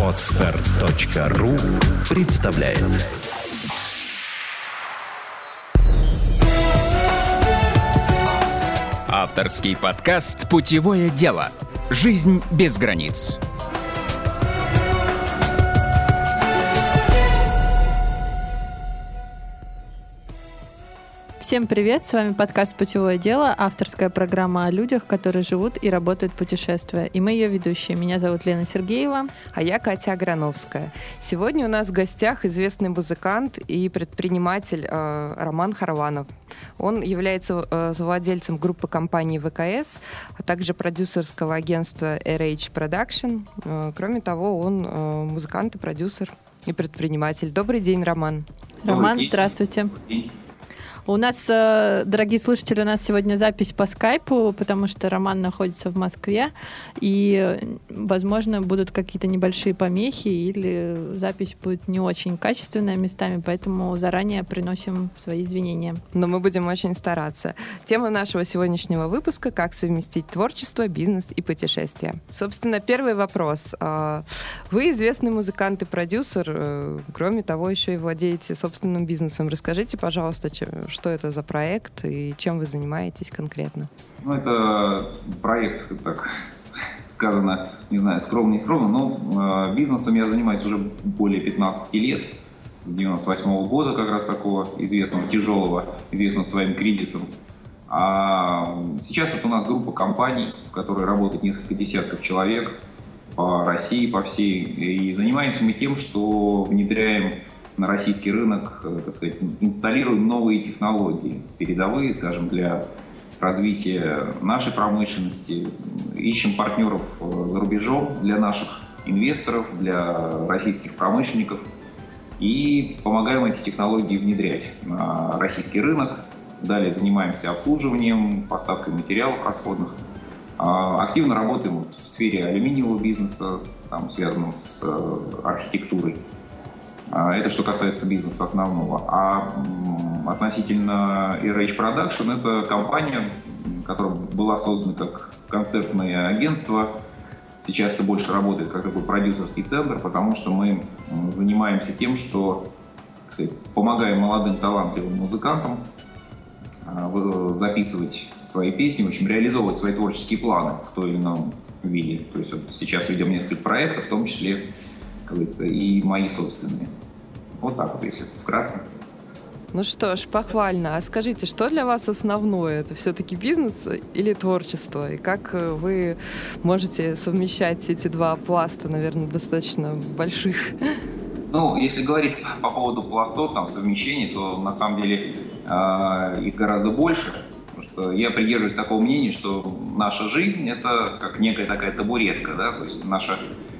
Podster.ru представляет. Авторский подкаст «Путевое дело. Жизнь без границ». Всем привет, с вами подкаст «Путевое дело», авторская программа о людях, которые живут и работают путешествуя. И мы ее ведущие. Меня зовут Лена Сергеева. А я Катя Аграновская. Сегодня у нас в гостях известный музыкант и предприниматель Роман Харванов. Он является владельцем группы компаний ВКС, а также продюсерского агентства RH Production. Кроме того, он музыкант и продюсер и предприниматель. Добрый день, Роман. Роман, здравствуйте. У нас, дорогие слушатели, у нас сегодня запись по скайпу, потому что Роман находится в Москве, и, возможно, будут какие-то небольшие помехи, или запись будет не очень качественная местами, поэтому заранее приносим свои извинения. Но мы будем очень стараться. Тема нашего сегодняшнего выпуска — как совместить творчество, бизнес и путешествия. Собственно, первый вопрос. Вы известный музыкант и продюсер, кроме того, еще и владеете собственным бизнесом. Расскажите, пожалуйста, что это за проект и чем вы занимаетесь конкретно? Это проект, так сказано, не знаю, скромно, не скромно, но бизнесом я занимаюсь уже более 15 лет, с 98 года как раз такого известного, тяжелого, известного своим кризисом. А сейчас это у нас группа компаний, в которой работает несколько десятков человек по России, по всей, и занимаемся мы тем, что внедряем на российский рынок, так сказать, инсталируем новые технологии, передовые, скажем, для развития нашей промышленности, ищем партнеров за рубежом для наших инвесторов, для российских промышленников и помогаем эти технологии внедрять на российский рынок. Далее занимаемся обслуживанием, поставкой материалов расходных. Активно работаем в сфере алюминиевого бизнеса, связанном с архитектурой. Это что касается бизнеса основного. А относительно RH Production, это компания, которая была создана как концертное агентство. Сейчас это больше работает как такой продюсерский центр, потому что мы занимаемся тем, что помогаем молодым талантливым музыкантам записывать свои песни, в общем, реализовывать свои творческие планы в той или ином виде. То есть сейчас ведем несколько проектов, в том числе, как говорится, и мои собственные. Вот так вот, если вкратце. Ну что ж, похвально. А скажите, что для вас основное? Это все-таки бизнес или творчество? И как вы можете совмещать эти два пласта, наверное, достаточно больших? Если говорить по поводу пластов, совмещений, то на самом деле их гораздо больше. Потому что я придерживаюсь такого мнения, что наша жизнь — это как некая такая табуретка, да? То есть наша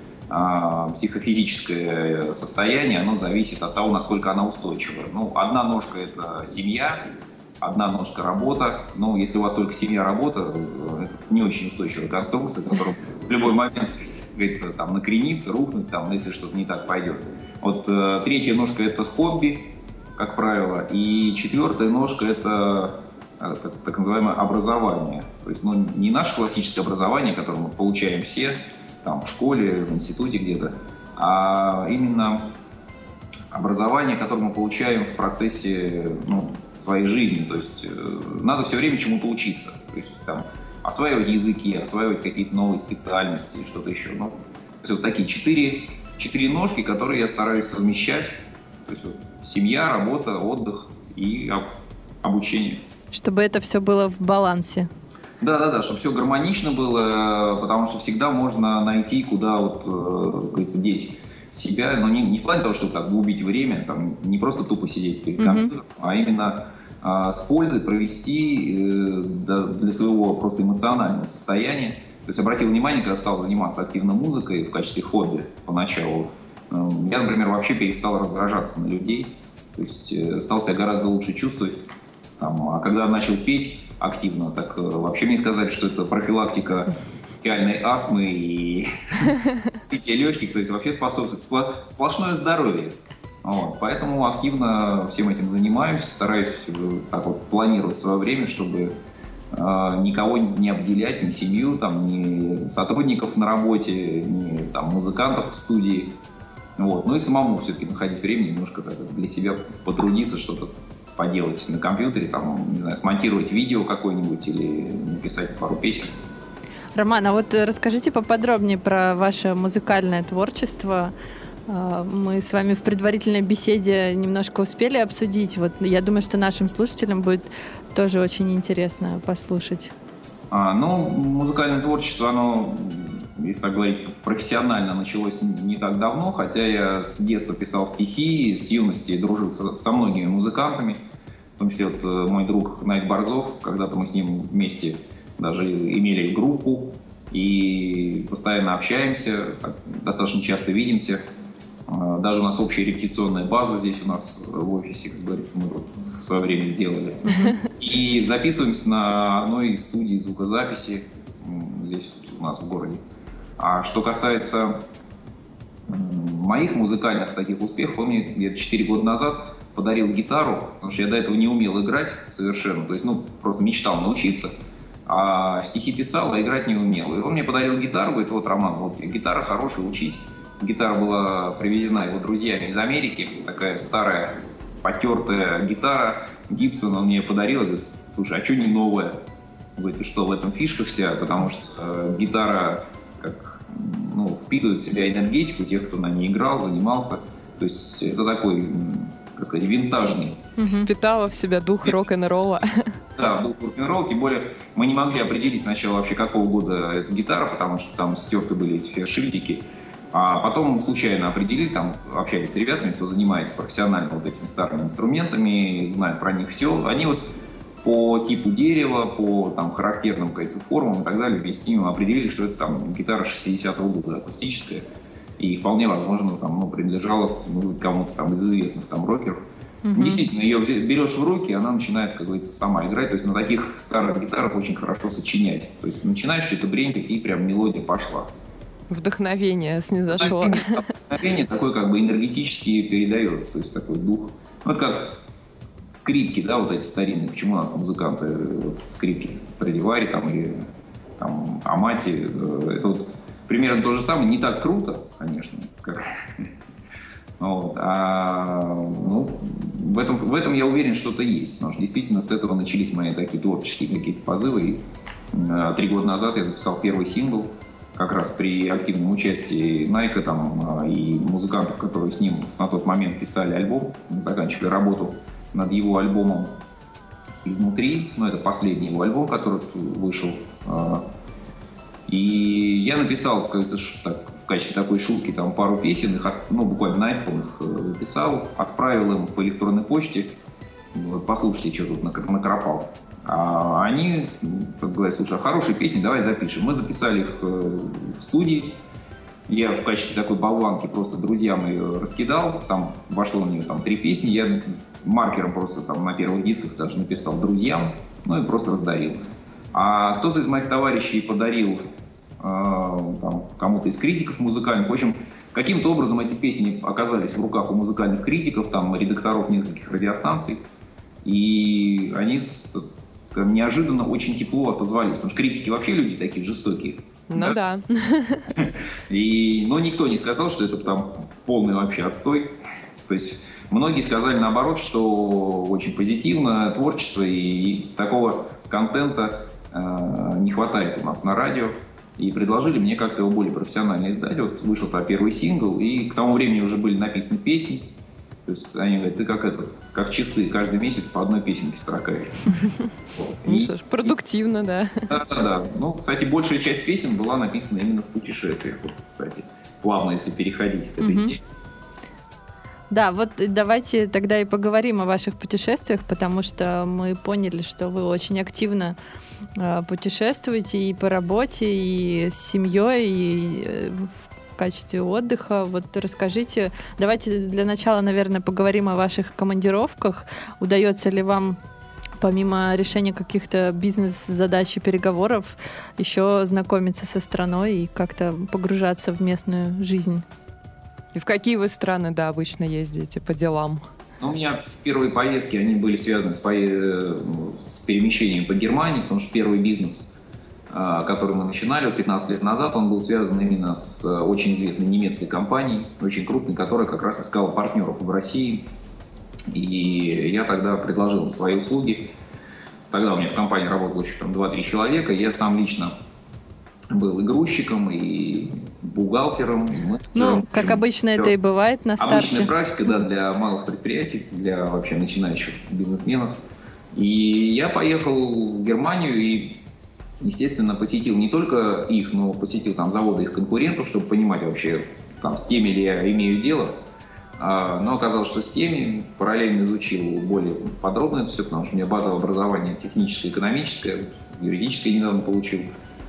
психофизическое состояние, оно зависит от того, насколько она устойчива. Одна ножка — это семья, одна ножка — работа. Если у вас только семья, работа, это не очень устойчивая конструкция, которая в любой момент, говорится, накренится, рухнуть, если что-то не так пойдет. Третья ножка — это хобби, как правило, и четвертая ножка — это так называемое образование. То есть, не наше классическое образование, которое мы получаем все, в школе, в институте где-то, а именно образование, которое мы получаем в процессе своей жизни. То есть надо все время чему-то учиться. То есть осваивать языки, осваивать какие-то новые специальности, что-то еще. То есть такие четыре ножки, которые я стараюсь совмещать. То есть семья, работа, отдых и обучение. Чтобы это все было в балансе. Да, чтобы все гармонично было, потому что всегда можно найти, куда, говорится, деть себя, но не в плане того, чтобы убить время, не просто тупо сидеть перед компьютером, а именно с пользой провести для своего просто эмоционального состояния. То есть обратил внимание, когда стал заниматься активно музыкой в качестве хобби поначалу, я, например, вообще перестал раздражаться на людей, то есть стал себя гораздо лучше чувствовать. А когда начал петь активно, так вообще мне сказали, что это профилактика бронхиальной астмы и развития легких, то есть вообще способствует сплошное здоровье. Поэтому активно всем этим занимаюсь, стараюсь планировать свое время, чтобы никого не обделять, ни семью, там, ни сотрудников на работе, ни там, музыкантов в студии. Вот. Ну и самому все-таки находить время немножко так, для себя потрудиться, что-то поделать на компьютере, там, не знаю, смонтировать видео какое-нибудь или написать пару песен. Роман, а вот расскажите поподробнее про ваше музыкальное творчество. Мы с вами в предварительной беседе немножко успели обсудить. Вот я думаю, что нашим слушателям будет тоже очень интересно послушать. Ну, музыкальное творчество, оно, если так говорить, профессионально началось не так давно, хотя я с детства писал стихи, с юности дружил со многими музыкантами, в том числе вот мой друг Найт Борзов, когда-то мы с ним вместе даже имели группу и постоянно общаемся, достаточно часто видимся. Даже у нас общая репетиционная база здесь у нас в офисе, как говорится, мы вот в свое время сделали. И записываемся на одной из студий звукозаписи здесь у нас в городе. А что касается моих музыкальных таких успехов, он мне где-то 4 года назад подарил гитару, потому что я до этого не умел играть совершенно, то есть, просто мечтал научиться, а стихи писал, а играть не умел. И он мне подарил гитару, говорит, вот, Роман, вот гитара хорошая, учись. Гитара была привезена его друзьями из Америки, такая старая, потертая гитара. Гибсон он мне подарил, и говорит, слушай, а что не новая? Говорит, что в этом фишка вся, потому что гитара впитывает в себя энергетику тех, кто на ней играл, занимался. То есть это такой, так сказать, винтажный. Впитала в себя дух рок-н-ролла. Да, дух рок-н-ролла, тем более мы не могли определить сначала вообще какого года эта гитара, потому что там стерты были эти шильдики. А потом случайно определили, там общались с ребятами, кто занимается профессионально вот этими старыми инструментами, знает про них все. Они вот по типу дерева, по там характерным, кажется, формам и так далее, вместе с ними определили, что это там гитара 60-го года, акустическая. И вполне возможно, там, принадлежала кому-то там из известных там рокеров. Действительно, ее берешь в руки, она начинает, как говорится, сама играть. То есть на таких старых гитарах очень хорошо сочинять. То есть начинаешь что-то бренькать, и прям мелодия пошла. Вдохновение снизошло. Вдохновение такой как бы энергетически передается, то есть такой дух. Вот как скрипки, да, вот эти старинные. Почему у нас музыканты, вот скрипки Страдивари там или там Амати, это вот примерно то же самое, не так круто, конечно, как... Вот. В этом я уверен, что-то есть, потому что действительно с этого начались мои такие творческие какие-то позывы. И 3 года назад я записал первый сингл, как раз при активном участии Найка там, и музыкантов, которые с ним на тот момент писали альбом. Мы заканчивали работу над его альбомом «Изнутри». Это последний его альбом, который вышел. И я написал, как говорится, в качестве такой шутки там пару песен, их буквально на iPhone их записал, отправил им по электронной почте. Послушайте, что тут накропал. А они, как говорят, слушай, хорошие песни, давай запишем. Мы записали их в студии. Я в качестве такой болванки просто друзьям ее раскидал. Там вошло у нее 3 песни. Я маркером просто там на первых дисках даже написал друзьям, и просто раздарил. А кто-то из моих товарищей подарил кому-то из критиков музыкальных. В общем, каким-то образом эти песни оказались в руках у музыкальных критиков, там, редакторов нескольких радиостанций. И они неожиданно очень тепло отозвались, потому что критики вообще люди такие жестокие. Ну да. Но никто не сказал, что это там полный вообще отстой. То есть многие сказали наоборот, что очень позитивно творчество и такого контента не хватает у нас на радио. И предложили мне как-то его более профессионально издать. Вот вышел первый сингл, и к тому времени уже были написаны песни. То есть они говорят, ты как часы, каждый месяц по одной песенке строкаешь. Продуктивно, да. Да. Кстати, большая часть песен была написана именно в путешествиях. Кстати, плавно, если переходить к этой теме. Да, вот давайте тогда и поговорим о ваших путешествиях, потому что мы поняли, что вы очень активно путешествуете и по работе, и с семьей, и в качестве отдыха. Вот расскажите, давайте для начала, наверное, поговорим о ваших командировках. Удается ли вам, помимо решения каких-то бизнес-задач и переговоров, еще знакомиться со страной и как-то погружаться в местную жизнь? И в какие вы страны, обычно ездите по делам? Ну, у меня первые поездки, они были связаны с перемещением по Германии, потому что первый бизнес, который мы начинали 15 лет назад, он был связан именно с очень известной немецкой компанией, очень крупной, которая как раз искала партнеров в России. И я тогда предложил им свои услуги. Тогда у меня в компании работало еще там 2-3 человека. Я сам лично был и грузчиком, и бухгалтером, и менеджером. Ну, как обычно это и бывает на старте. Обычная практика, да, для малых предприятий, для вообще начинающих бизнесменов. И я поехал в Германию и, естественно, посетил не только их, но посетил там заводы их конкурентов, чтобы понимать вообще, там, с теми ли я имею дело. Но оказалось, что с теми параллельно изучил более подробно это все, потому что у меня базовое образование техническое, экономическое, юридическое недавно получил.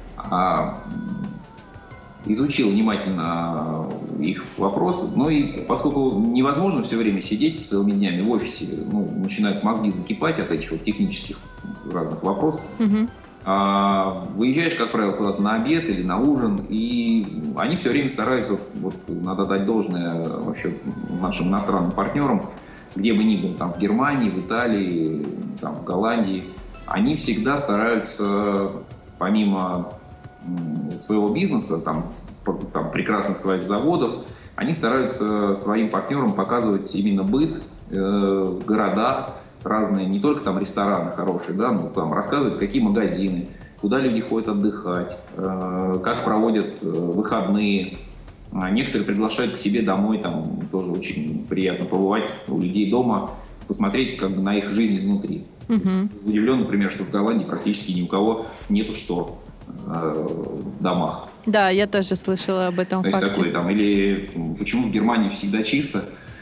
Изучил внимательно их вопросы, но и поскольку невозможно все время сидеть целыми днями в офисе, начинают мозги закипать от этих вот технических разных вопросов. Выезжаешь, как правило, куда-то на обед или на ужин, и они все время стараются, вот надо дать должное вообще нашим иностранным партнерам, где бы ни был, там в Германии, в Италии, там в Голландии, они всегда стараются, помимо своего бизнеса, там прекрасных своих заводов, они стараются своим партнерам показывать именно быт, города разные, не только там рестораны хорошие, да, но там рассказывать, какие магазины, куда люди ходят отдыхать, как проводят выходные. Некоторые приглашают к себе домой, там тоже очень приятно побывать у людей дома, посмотреть как бы на их жизнь изнутри. Удивлен, например, что в Голландии практически ни у кого нету штор в домах. Да, я тоже слышала об этом факте. Такой, там, или почему в Германии всегда чисто.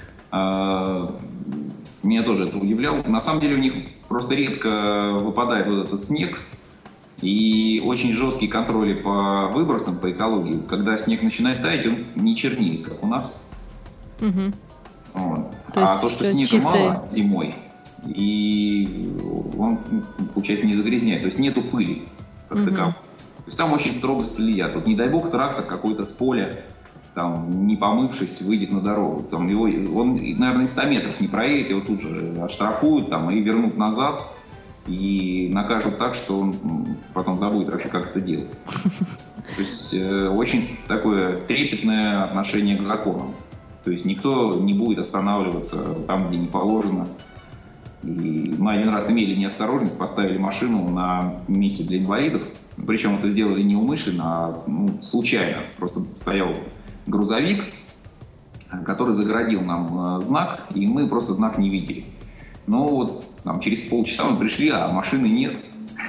Меня тоже это удивляло. На самом деле у них просто редко выпадает вот этот снег и очень жесткие контроли по выбросам, по экологии. Когда снег начинает таять, он не чернеет, как у нас. Вот. То, что снега чистое. Мало зимой, и он, получается, не загрязняет. То есть нету пыли как таковой. То есть там очень строго следят. Вот, не дай бог, трактор какой-то с поля, там, не помывшись, выйдет на дорогу. Там он, наверное, 100 метров не проедет, его тут же оштрафуют там, и вернут назад, и накажут так, что он потом забудет вообще, как это делать. То есть очень такое трепетное отношение к законам. То есть никто не будет останавливаться там, где не положено. И мы один раз имели неосторожность, поставили машину на месте для инвалидов. Причем это сделали не умышленно, а случайно. Просто стоял грузовик, который загородил нам знак, и мы просто знак не видели. Но вот там, через полчаса мы пришли, а машины нет.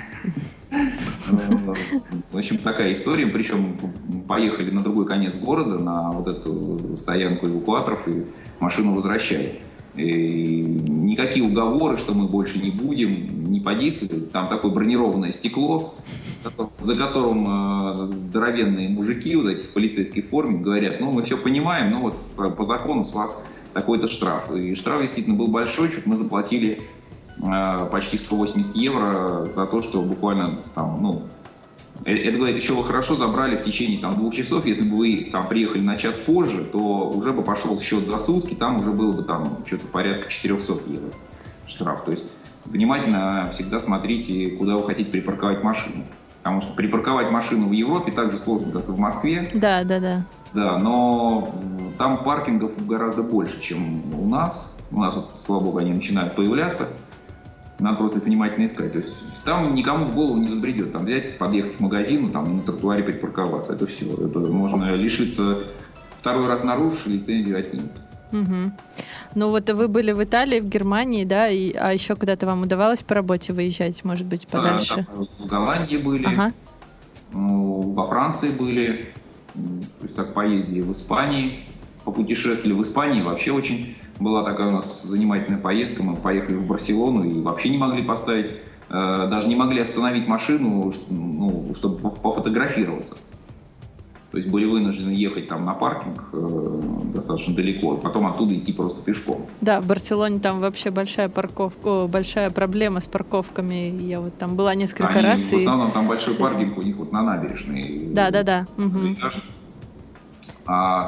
В общем, такая история. Причем поехали на другой конец города, на вот эту стоянку эвакуаторов, и машину возвращали. И никакие уговоры, что мы больше не будем, не подействуют. Там такое бронированное стекло, за которым здоровенные мужики вот эти в полицейской форме говорят: мы все понимаем, но вот по закону с вас такой-то штраф. И штраф действительно был большой, чуть мы заплатили почти 180 евро за то, что буквально там, это говорит, еще вы хорошо забрали в течение 2 часов. Если бы вы там приехали на час позже, то уже бы пошел счет за сутки, там уже было бы там что-то порядка 400 евро штраф. То есть внимательно всегда смотрите, куда вы хотите припарковать машину. Потому что припарковать машину в Европе так же сложно, как и в Москве. Да. Да, но там паркингов гораздо больше, чем у нас. У нас, слава богу, они начинают появляться. Надо просто внимательно искать. То есть там никому в голову не взбредет. Там взять, подъехать к магазину, там на тротуаре припарковаться. Это все. Это можно лишиться, второй раз нарушишь, лицензию отнимут. Ну вот вы были в Италии, в Германии, да, а еще куда-то вам удавалось по работе выезжать, может быть, подальше? В Голландии были, во Франции были, то есть так поездили в Испании, попутешествовали в Испании, вообще очень была такая у нас занимательная поездка, мы поехали в Барселону и вообще не могли поставить, даже не могли остановить машину, чтобы пофотографироваться. То есть были вынуждены ехать там на паркинг достаточно далеко, и потом оттуда идти просто пешком. Да, в Барселоне там вообще большая проблема с парковками. Я вот там была несколько раз. В основном там большой паркинг у них вот на набережной. Да.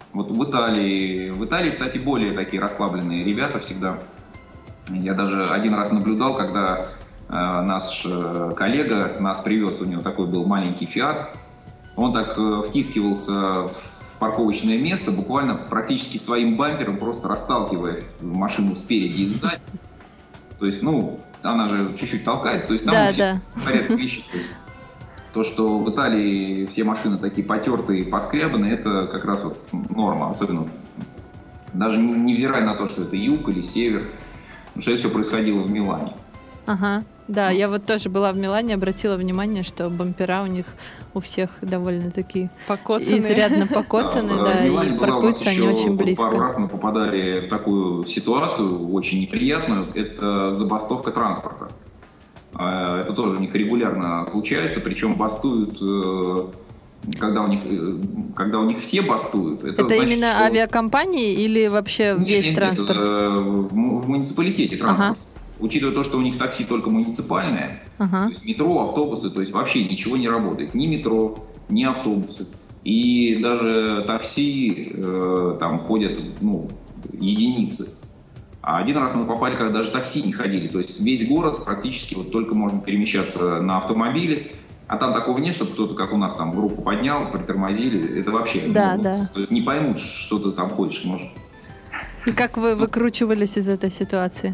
Вот в Италии, кстати, более такие расслабленные ребята всегда. Я даже один раз наблюдал, когда наш коллега нас привез, у него такой был маленький Фиат, он так втискивался в парковочное место, буквально практически своим бампером, просто расталкивая машину спереди и сзади. То есть, она же чуть-чуть толкается, то есть там все в порядке вещи. То, что в Италии все машины такие потертые, поскрябанные, это как раз вот норма, особенно даже невзирая на то, что это юг или север, потому что это все происходило в Милане. Ага, да, я вот тоже была в Милане, обратила внимание, что бампера у них у всех довольно-таки изрядно покоцаны, да, и паркуются они очень близко. Пару раз мы попадали в такую ситуацию, очень неприятную, это забастовка транспорта. Это тоже у них регулярно случается, причем бастуют, когда у них все бастуют. Это значит, именно что... авиакомпании или вообще весь транспорт? В муниципалитете транспорт. Учитывая то, что у них такси только муниципальное, то есть метро, автобусы, то есть вообще ничего не работает. Ни метро, ни автобусы. И даже такси там ходят единицы. А один раз мы попали, когда даже такси не ходили. То есть весь город практически вот только можно перемещаться на автомобиле. А там такого нет, чтобы кто-то, как у нас, там группу поднял, притормозили. Это вообще то есть не поймут, что ты там ходишь. Может. И как вы выкручивались из этой ситуации?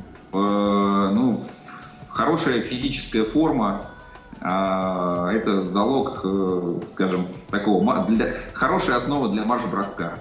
Хорошая физическая форма – это залог, скажем, такого хорошая основа для марш-броска.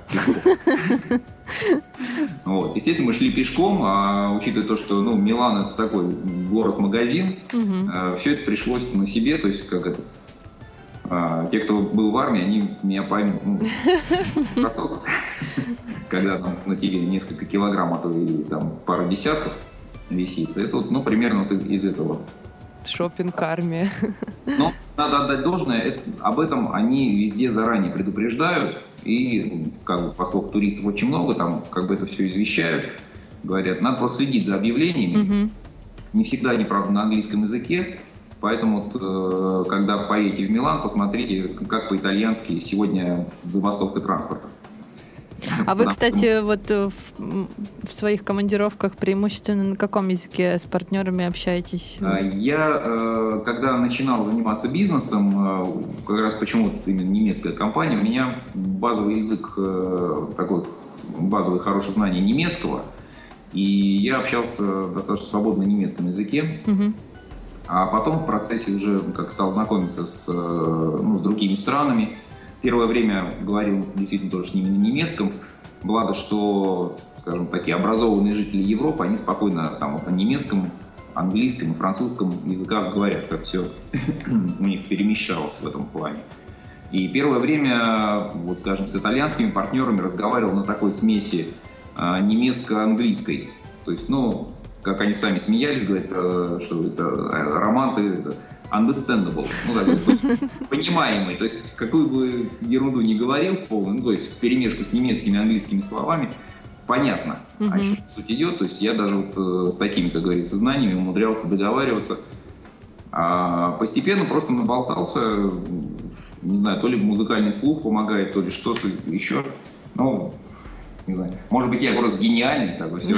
Вот. Естественно, мы шли пешком, учитывая то, что Милан – это такой город-магазин, все это пришлось на себе, то есть как это. Те, кто был в армии, они меня поймут. Кроссовок, когда там на тебе несколько килограмм, а то и там пару десятков висит. Это вот, примерно вот из этого. Шопинг-армия. Но надо отдать должное, об этом они везде заранее предупреждают. И поскольку туристов очень много, там это все извещают. Говорят, надо просто следить за объявлениями. Не всегда они, правда, на английском языке. Поэтому, когда поедете в Милан, посмотрите, как по-итальянски сегодня забастовка транспорта. А вы, кстати, вот в своих командировках преимущественно на каком языке с партнерами общаетесь? Я, когда начинал заниматься бизнесом, как раз почему-то именно немецкая компания, у меня базовый язык, такой базовое хорошее знание немецкого, и я общался достаточно свободно на немецком языке. А потом в процессе уже стал знакомиться с другими странами. Первое время говорил действительно тоже с ними на немецком. Благо, что, скажем, такие образованные жители Европы, они спокойно там на немецком, английском и французском языках говорят, как все у них перемещалось в этом плане. И первое время, скажем, с итальянскими партнерами разговаривал на такой смеси немецко-английской. То есть, как они сами смеялись, говорят, что это роман, understandable, понимаемый. То есть, какую бы ерунду ни говорил в полную, то есть, вперемешку с немецкими и английскими словами, понятно, о чем суть идет. То есть, я даже с такими, как говорится, знаниями умудрялся договариваться. А постепенно просто наболтался, не знаю, то ли музыкальный слух помогает, то ли что-то еще. Не знаю, может быть, я просто гениальный, такой все.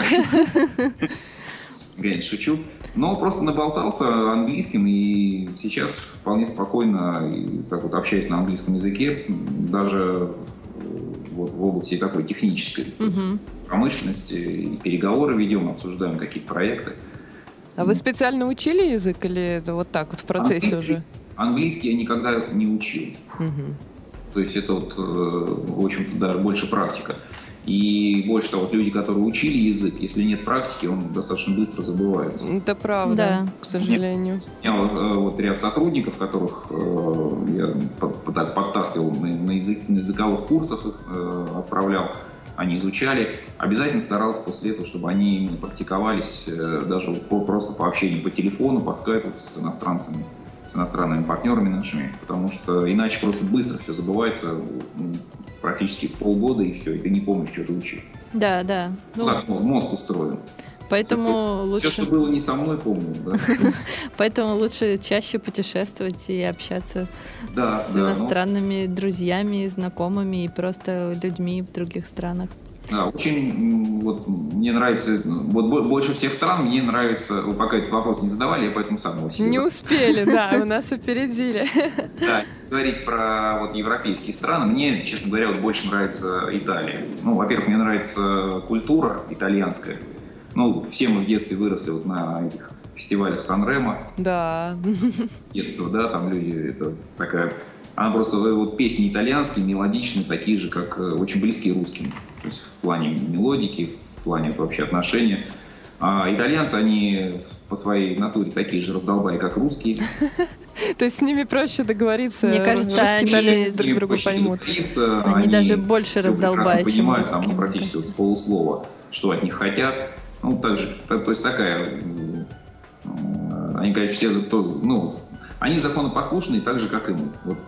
Конечно, шучу. Но просто наболтался английским, и сейчас вполне спокойно общаюсь на английском языке, даже в области такой технической промышленности. И переговоры ведем, обсуждаем какие-то проекты. А вы специально учили язык или это вот так вот в процессе уже? Английский я никогда не учил. То есть это в общем-то, даже больше практика. И больше того, люди, которые учили язык, если нет практики, он достаточно быстро забывается. Это правда, да, к сожалению. У меня ряд сотрудников, которых я подтаскивал на языковых курсах, отправлял, они изучали. Обязательно старался после этого, чтобы они именно практиковались даже просто по общению по телефону, по скайпу с иностранцами, с иностранными партнерами нашими, потому что иначе просто быстро все забывается, практически полгода, и все, и ты не помнишь, что ты учил. Да. Так мозг устроен. Поэтому лучше... Все, что было не со мной, помню. Да? Поэтому лучше чаще путешествовать и общаться с иностранными друзьями, знакомыми и просто людьми в других странах. Да, очень вот мне нравится, вот больше всех стран мне нравится, вы пока этот вопрос не задавали, я поэтому сам его себе. Не успели, да, у нас опередили. Да, если говорить про вот европейские страны, мне, честно говоря, вот больше нравится Италия. Ну, во-первых, мне нравится культура итальянская. Ну, все мы в детстве выросли вот на этих фестивалях Сан-Ремо. Да. Детство, да, там люди, это такая... Она просто, вот песни итальянские, мелодичные, такие же, как очень близкие русским. То есть в плане мелодики, в плане вообще отношения. А итальянцы, они по своей натуре такие же раздолбаи, как русские. То есть с ними проще договориться. Мне кажется, они друг друга поймут. Они даже больше раздолбают, чем понимают там практически с полуслова, что от них хотят. Ну, так же, то есть такая... Они, конечно, все... Ну, они законопослушные так же, как и мы. Вот,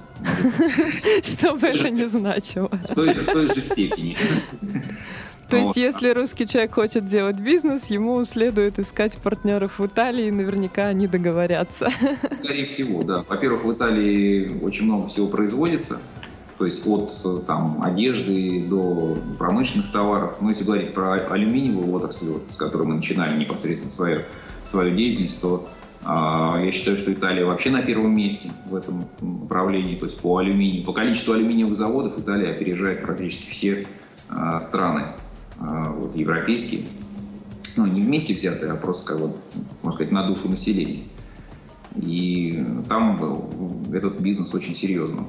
что бы это ни значило. В той же степени. То есть, если русский человек хочет делать бизнес, ему следует искать партнеров в Италии, и наверняка они договорятся. Скорее всего, да. Во-первых, в Италии очень много всего производится. То есть от там, одежды до промышленных товаров. Но если говорить про алюминиевую отрасль, вот, с которой мы начинали непосредственно свою деятельность, то я считаю, что Италия вообще на первом месте в этом направлении. То есть по алюминию, по количеству алюминиевых заводов Италия опережает практически все страны вот, европейские. Ну, не вместе взятые, а просто, как вот, можно сказать, на душу населения. И там этот бизнес очень серьезно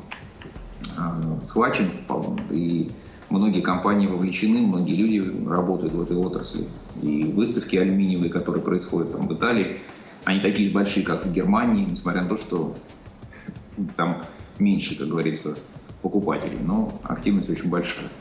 схвачен, и многие компании вовлечены, многие люди работают в этой отрасли. И выставки алюминиевые, которые происходят там в Италии, они такие же большие, как в Германии, несмотря на то, что там меньше, как говорится, покупателей, но активность очень большая.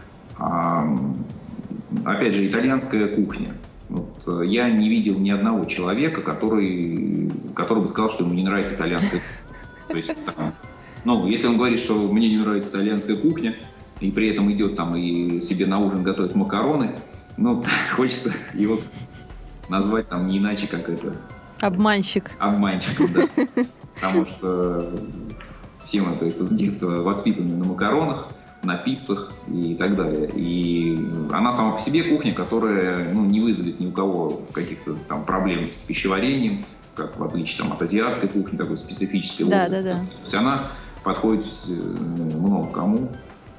Опять же, итальянская кухня. Вот, я не видел ни одного человека, который бы сказал, что ему не нравится итальянская кухня. То есть, там, ну, если он говорит, что мне не нравится итальянская кухня, и при этом идет там и себе на ужин готовит макароны, ну, хочется его назвать там не иначе, как это... Обманщик. Обманщиком, да. Потому что все мы, кажется, с детства воспитаны на макаронах, на пиццах и так далее. И она сама по себе кухня, которая не вызовет ни у кого каких-то там проблем с пищеварением, как в отличие там, от азиатской кухни, такой специфической. Да. То есть она подходит много кому.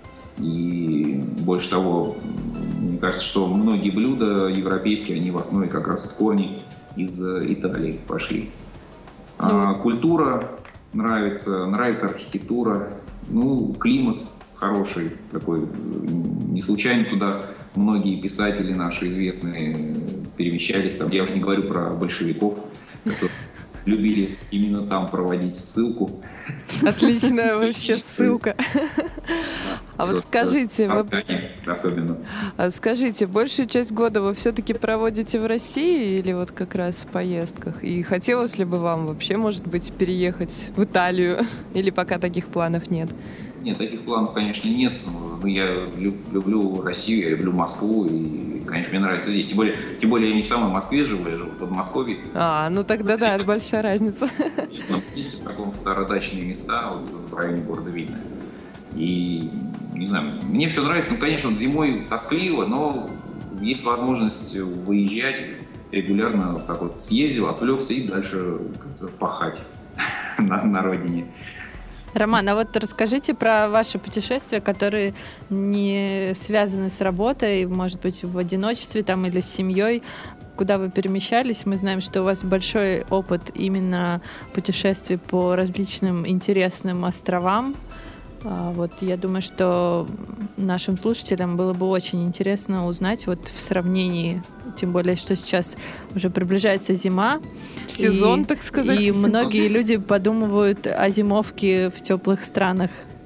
И больше того, мне кажется, что многие блюда европейские, они в основе как раз от корней из Италии пошли. Культура нравится архитектура, климат хороший такой. Не случайно туда многие писатели наши известные перемещались. Там, я уже не говорю про большевиков, которые любили именно там проводить ссылку. Отличная вообще ссылка. А вот скажите, особенно. Скажите, большую часть года вы все-таки проводите в России или вот как раз в поездках? И хотелось ли бы вам вообще, может быть, переехать в Италию? Или пока таких планов нет? Нет, таких планов, конечно, нет. Я люблю Россию, я люблю Москву, и, конечно, мне нравится здесь. Тем более я не в самой Москве живу, я живу в Подмосковье. Тогда да, это большая разница. Есть в таком стародачные места, вот в районе города Вильно. И, не знаю, мне все нравится. Конечно, зимой тоскливо, но есть возможность выезжать регулярно. Вот так вот съездил, отвлекся и дальше пахать на родине. Роман, а вот расскажите про ваши путешествия, которые не связаны с работой, может быть, в одиночестве там, или с семьей. Куда вы перемещались? Мы знаем, что у вас большой опыт именно путешествий по различным интересным островам. Вот я думаю, что нашим слушателям было бы очень интересно узнать вот в сравнении, тем более, что сейчас уже приближается зима. Сезон, так сказать. И многие люди подумывают о зимовке в теплых странах.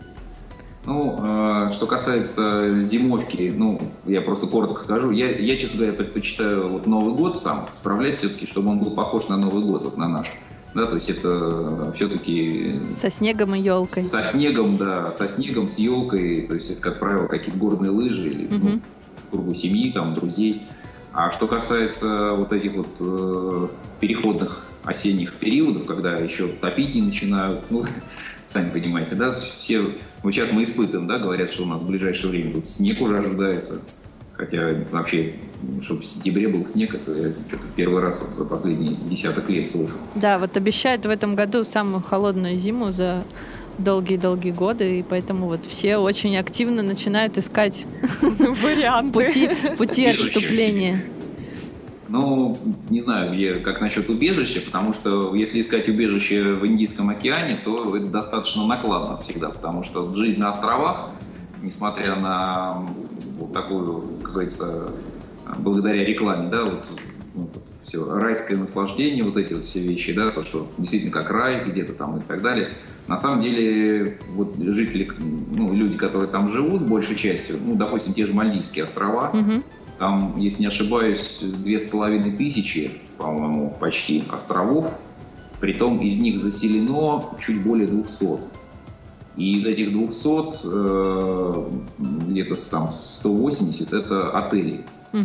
Что касается зимовки, я просто коротко скажу. Я, честно говоря, предпочитаю вот Новый год сам справлять все-таки, чтобы он был похож на Новый год, вот на наш. Да, то есть это все-таки... Со снегом и елкой. Со снегом, да, с елкой. То есть это, как правило, какие-то горные лыжи или в кругу семьи, там, друзей. А что касается вот этих вот переходных осенних периодов, когда еще топить не начинают, ну, сами понимаете, да, все, вот сейчас мы испытываем, да, говорят, что у нас в ближайшее время тут снег уже ожидается, хотя вообще, чтобы в сентябре был снег, это я что-то первый раз вот за последние десяток лет слышу. Да, вот обещают в этом году самую холодную зиму за долгие-долгие годы, и поэтому вот все очень активно начинают искать варианты, пути отступления. Ну, не знаю, как насчет убежища, потому что если искать убежище в Индийском океане, то это достаточно накладно всегда, потому что жизнь на островах, несмотря на вот такую, как говорится, благодаря рекламе, да, вот все, райское наслаждение, вот эти вот все вещи, да, то, что действительно как рай где-то там и так далее. На самом деле, вот жители, ну, люди, которые там живут, большей частью, ну, допустим, те же Мальдивские острова, там, если не ошибаюсь, 2500, по-моему, почти островов, притом из них заселено чуть более 200. И из этих 200 где-то там 180 это отели.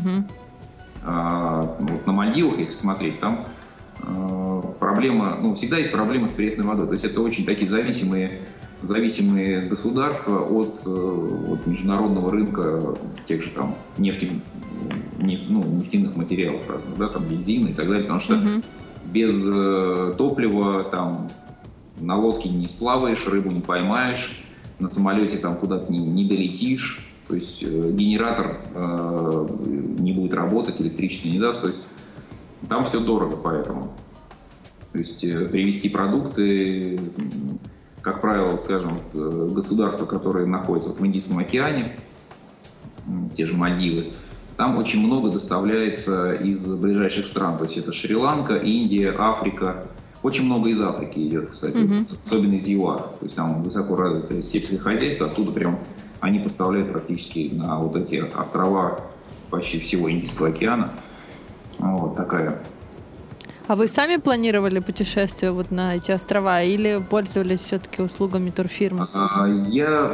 Вот на Мальдивах, если смотреть, там проблема, ну, всегда есть проблема с пресной водой. То есть это очень такие зависимые государства от международного рынка тех же там нефтяных материалов, да, там бензина и так далее, потому что без топлива там на лодке не сплаваешь, рыбу не поймаешь, на самолете там куда-то не долетишь, то есть генератор не будет работать, электричество не даст, то есть там все дорого поэтому. То есть привезти продукты, как правило, скажем, государства, которые находятся в Индийском океане, те же Мальдивы, там очень много доставляется из ближайших стран. То есть это Шри-Ланка, Индия, Африка. Очень много из Африки идет, кстати, особенно из ЮАР. То есть там высоко развитое сельское хозяйство, оттуда прям они поставляют практически на вот эти острова почти всего Индийского океана. Вот такая. А вы сами планировали путешествие вот на эти острова или пользовались все-таки услугами турфирмы? Я,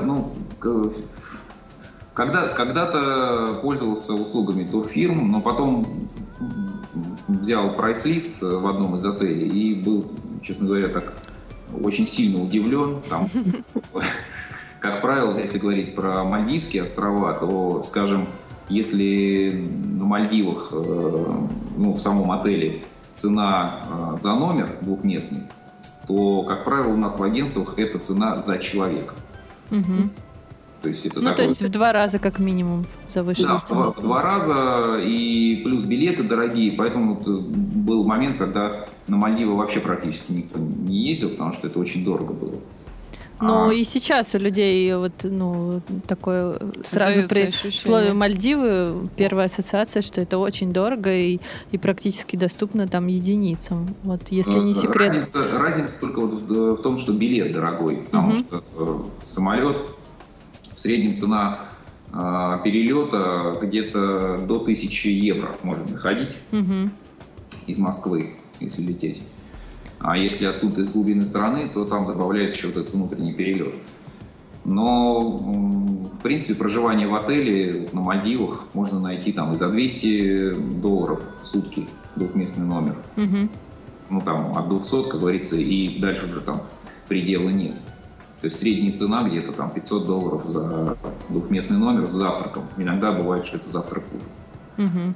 когда-то пользовался услугами турфирм, но потом взял прайс-лист в одном из отелей и был, честно говоря, так очень сильно удивлен. Там, как правило, если говорить про Мальдивские острова, то, скажем, если на Мальдивах, в самом отеле цена за номер двухместный, то, как правило, у нас в агентствах это цена за человека. То есть это то есть в 2 раза как минимум завышена цена. В 2 раза, и плюс билеты дорогие, поэтому был момент, когда на Мальдивы вообще практически никто не ездил, потому что это очень дорого было. Ну и сейчас у людей такое сразу при слове Мальдивы первая ассоциация, что это очень дорого и практически доступно там единицам. Вот, если не секрет. Разница только в том, что билет дорогой, потому что самолет, в среднем цена перелета где-то до 1000 евро может доходить из Москвы, если лететь. А если оттуда из глубины страны, то там добавляется еще вот этот внутренний перелет. Но, в принципе, проживание в отеле на Мальдивах можно найти там и за $200 в сутки двухместный номер. Ну, там, от 200, как говорится, и дальше уже там предела нет. То есть средняя цена где-то там $500 за двухместный номер с завтраком. Иногда бывает, что это завтрак-ужин.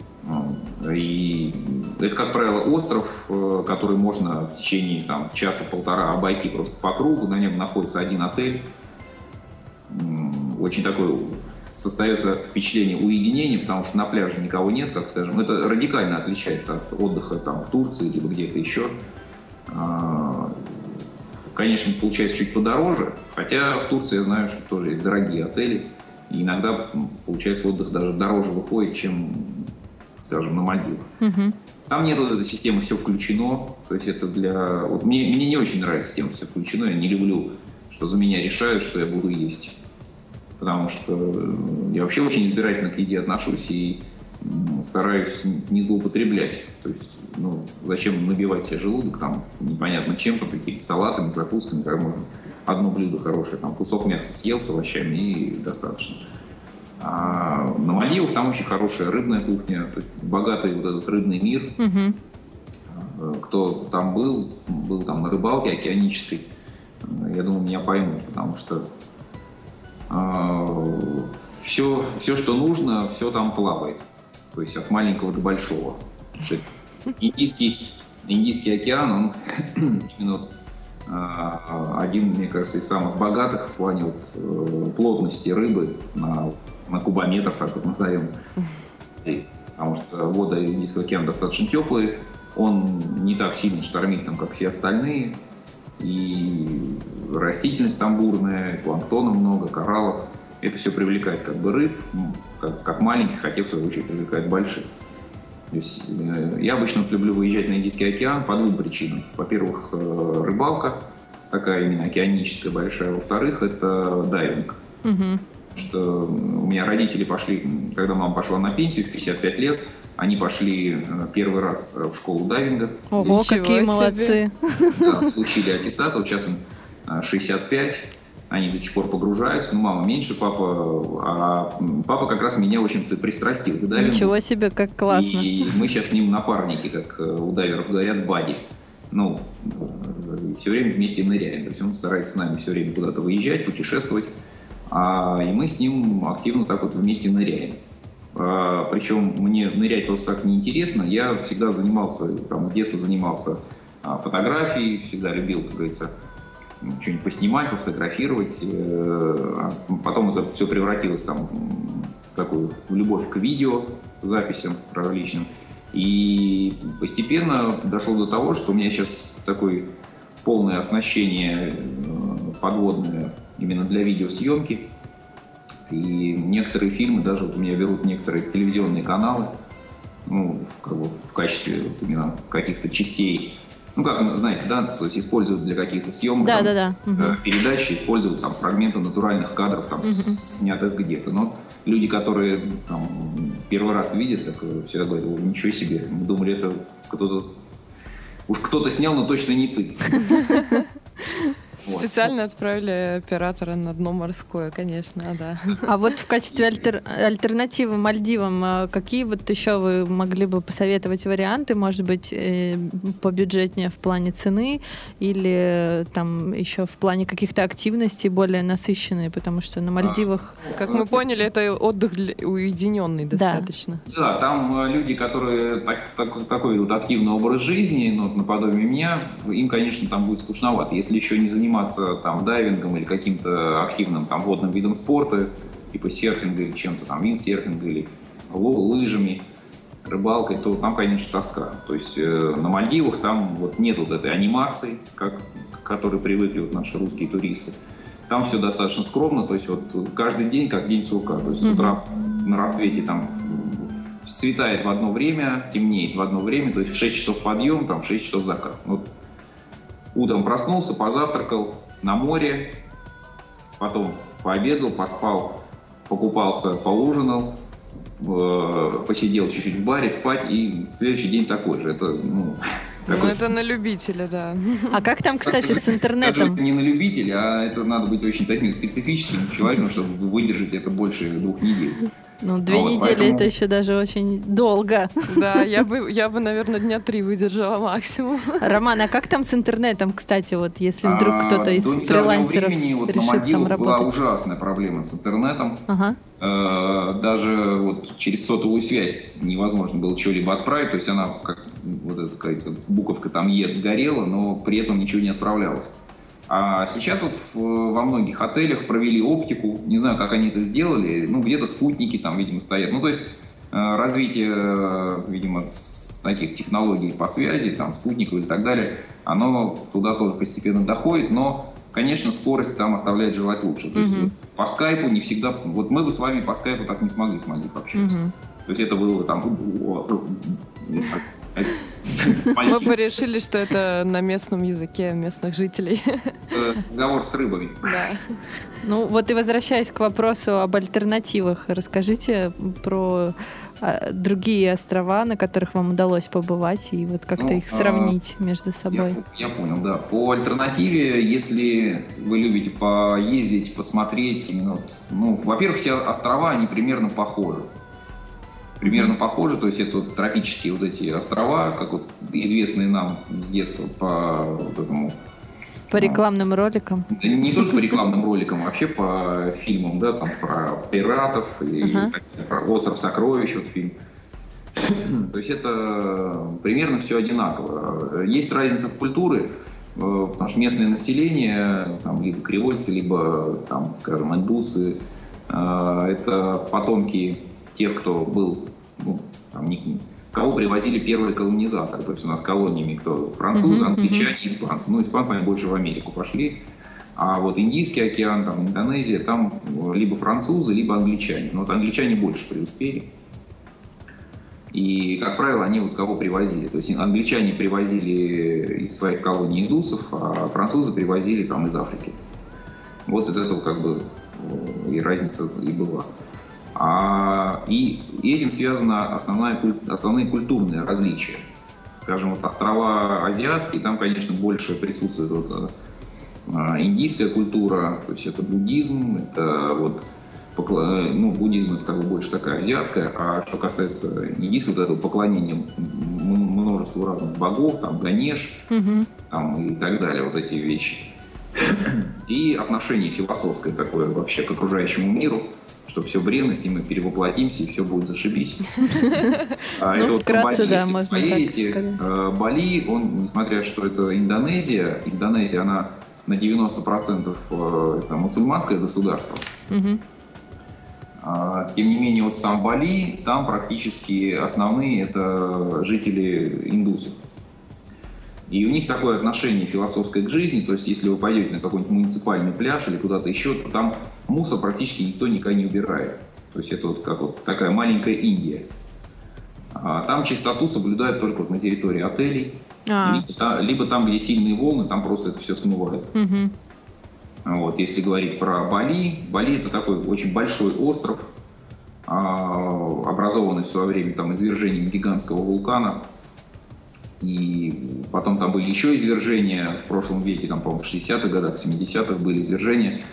И это, как правило, остров, который можно в течение часа-полтора обойти просто по кругу. На нем находится один отель. Очень такое создается впечатление уединения, потому что на пляже никого нет, как скажем. Это радикально отличается от отдыха там в Турции либо где-то еще. Конечно, получается чуть подороже, хотя в Турции я знаю, что тоже есть дорогие отели. И иногда, получается, отдых даже дороже выходит, чем, скажем, на Мальдивах. Там нет вот этой системы «все включено». То есть это для... Вот мне не очень нравится система «все включено». Я не люблю, что за меня решают, что я буду есть. Потому что я вообще очень избирательно к еде отношусь и стараюсь не злоупотреблять. То есть, зачем набивать себе желудок там непонятно чем-то, какими-то салатами, закусками, как можно одно блюдо хорошее, там кусок мяса съел с овощами и достаточно. На Мальдивах там очень хорошая рыбная кухня, то есть богатый вот этот рыбный мир. Кто там был там на рыбалке океанической, я думаю, меня поймут, потому что все, что нужно, все там плавает. То есть от маленького до большого. Индийский океан, он именно один, мне кажется, из самых богатых в плане плотности рыбы на кубометр, так вот назовем. Потому что воды Индийского океана достаточно теплые, он не так сильно штормит, там, как все остальные. И растительность там бурная, планктона много, кораллов. Это все привлекает как бы рыб, как маленьких, хотя в свою очередь привлекает больших. То есть, я обычно люблю выезжать на Индийский океан по двум причинам. Во-первых, рыбалка, такая именно океаническая большая. Во-вторых, это дайвинг. Потому что у меня родители пошли, когда мама пошла на пенсию в 55 лет, они пошли первый раз в школу дайвинга. Ого, здесь какие молодцы! Да, получили аттестат, вот сейчас им 65. Они до сих пор погружаются. Мама меньше, папа как раз меня, в общем-то, пристрастил к дайвингу. Ничего себе, как классно. И мы сейчас с ним напарники, как у дайверов говорят, бади. Все время вместе ныряем. То есть он старается с нами все время куда-то выезжать, путешествовать. И мы с ним активно так вот вместе ныряем. Причем мне нырять просто так неинтересно. Я всегда занимался, с детства занимался фотографией, всегда любил, как говорится, что-нибудь поснимать, пофотографировать. Потом это все превратилось в любовь к видео, записям различным. И постепенно дошло до того, что у меня сейчас такое полное оснащение подводное именно для видеосъемки. И некоторые фильмы, даже у меня берут некоторые телевизионные каналы, в качестве именно каких-то частей. Знаете, да, то есть используют для каких-то съемок, передачи, используют фрагменты натуральных кадров, снятых где-то. Но люди, которые первый раз видят, так всегда говорят: ничего себе, мы думали, это кто-то снял, но точно не ты. Специально отправили оператора на дно морское, конечно, да. А вот в качестве альтернативы Мальдивам, какие вот еще вы могли бы посоветовать варианты, может быть, побюджетнее в плане цены или еще в плане каких-то активностей более насыщенные, потому что на Мальдивах... Как мы поняли, это отдых уединенный достаточно. Да, там люди, которые такой вот активный образ жизни, наподобие меня, им, конечно, там будет скучновато. Если еще не заниматься дайвингом или каким-то активным водным видом спорта, типа серфинга или чем-то виндсерфинга или лыжами, рыбалкой, то там, конечно, тоска. То есть на Мальдивах там нет этой анимации, к которой привыкли наши русские туристы. Там все достаточно скромно, то есть каждый день как день сурка. То есть с утра на рассвете светает в одно время, темнеет в одно время, то есть в 6 часов подъем, в 6 часов закат. Утром проснулся, позавтракал на море, потом пообедал, поспал, покупался, поужинал, посидел чуть-чуть в баре, спать, и следующий день такой же. Это, это на любителя, да. А как там, кстати, с интернетом? Это не на любителя, а это надо быть очень таким специфическим человеком, чтобы выдержать это больше 2 недель. 2 недели это еще даже очень долго. Да, я бы, наверное, дня 3 выдержала максимум. Роман, а как там с интернетом, кстати, если вдруг кто-то из фрилансеров решит там работать? Была ужасная проблема с интернетом. Даже через сотовую связь невозможно было чего-либо отправить, то есть она, как говорится, буковка Е горела, но при этом ничего не отправлялось. А сейчас во многих отелях провели оптику, не знаю, как они это сделали, где-то спутники видимо, стоят. То есть развитие, видимо, таких технологий по связи, спутников и так далее, оно туда тоже постепенно доходит, но, конечно, скорость там оставляет желать лучше. То есть по скайпу не всегда... мы бы с вами по скайпу так не смогли с Мальдив общаться. То есть это было Мы бы решили, что это на местном языке местных жителей. Разговор с рыбами. Да. И возвращаясь к вопросу об альтернативах, расскажите про другие острова, на которых вам удалось побывать, и вот как-то их сравнить между собой. Я понял, да. По альтернативе, если вы любите поездить, посмотреть, именно во-первых, все острова, они примерно похожи. То есть это вот тропические вот эти острова, как вот известные нам с детства по вот этому... По рекламным роликам? Да, не только по рекламным роликам, а вообще по фильмам, да, там про пиратов, и про «Остров сокровищ», вот фильм. То есть это примерно все одинаково. Есть разница в культуре, потому что местное население, там, либо кривольцы, либо, там, скажем, индусы, это потомки тех, кто был, кого привозили первые колонизаторы. То есть у нас колониями кто? Французы, англичане, испанцы. Испанцы они больше в Америку пошли. А вот Индийский океан, там, Индонезия, там либо французы, либо англичане. Но вот англичане больше преуспели. И, как правило, они вот кого привозили. То есть англичане привозили из своих колоний индусов, а французы привозили там из Африки. Вот из этого как бы и разница и была. И этим связаны основные культурные различия. Скажем, вот острова азиатские, там, конечно, больше присутствует индийская культура, то есть это буддизм, это вот буддизм это как бы больше такая азиатская, а что касается индийского, вот этого поклонения множеству разных богов, там Ганеш, там, и так далее, вот эти вещи. И отношение философское такое вообще к окружающему миру, что все бренность, и мы перевоплотимся, и все будет зашибись. Вкратце, да, можно так сказать. Бали, несмотря что это Индонезия, она на 90% это мусульманское государство. Тем не менее, вот сам Бали, там практически основные это жители индусов. И у них такое отношение философское к жизни, то есть если вы пойдете на какой-нибудь муниципальный пляж или куда-то еще, то там мусор практически никто никогда не убирает. То есть это вот как вот такая маленькая Индия. Там чистоту соблюдают только вот на территории отелей, либо там, где сильные волны, там просто это все смывают. Вот, если говорить про Бали, Бали это такой очень большой остров, образованный в свое время там извержением гигантского вулкана. И потом там были еще извержения в прошлом веке, там, по-моему, в 60-х годах, в 70-х были извержения.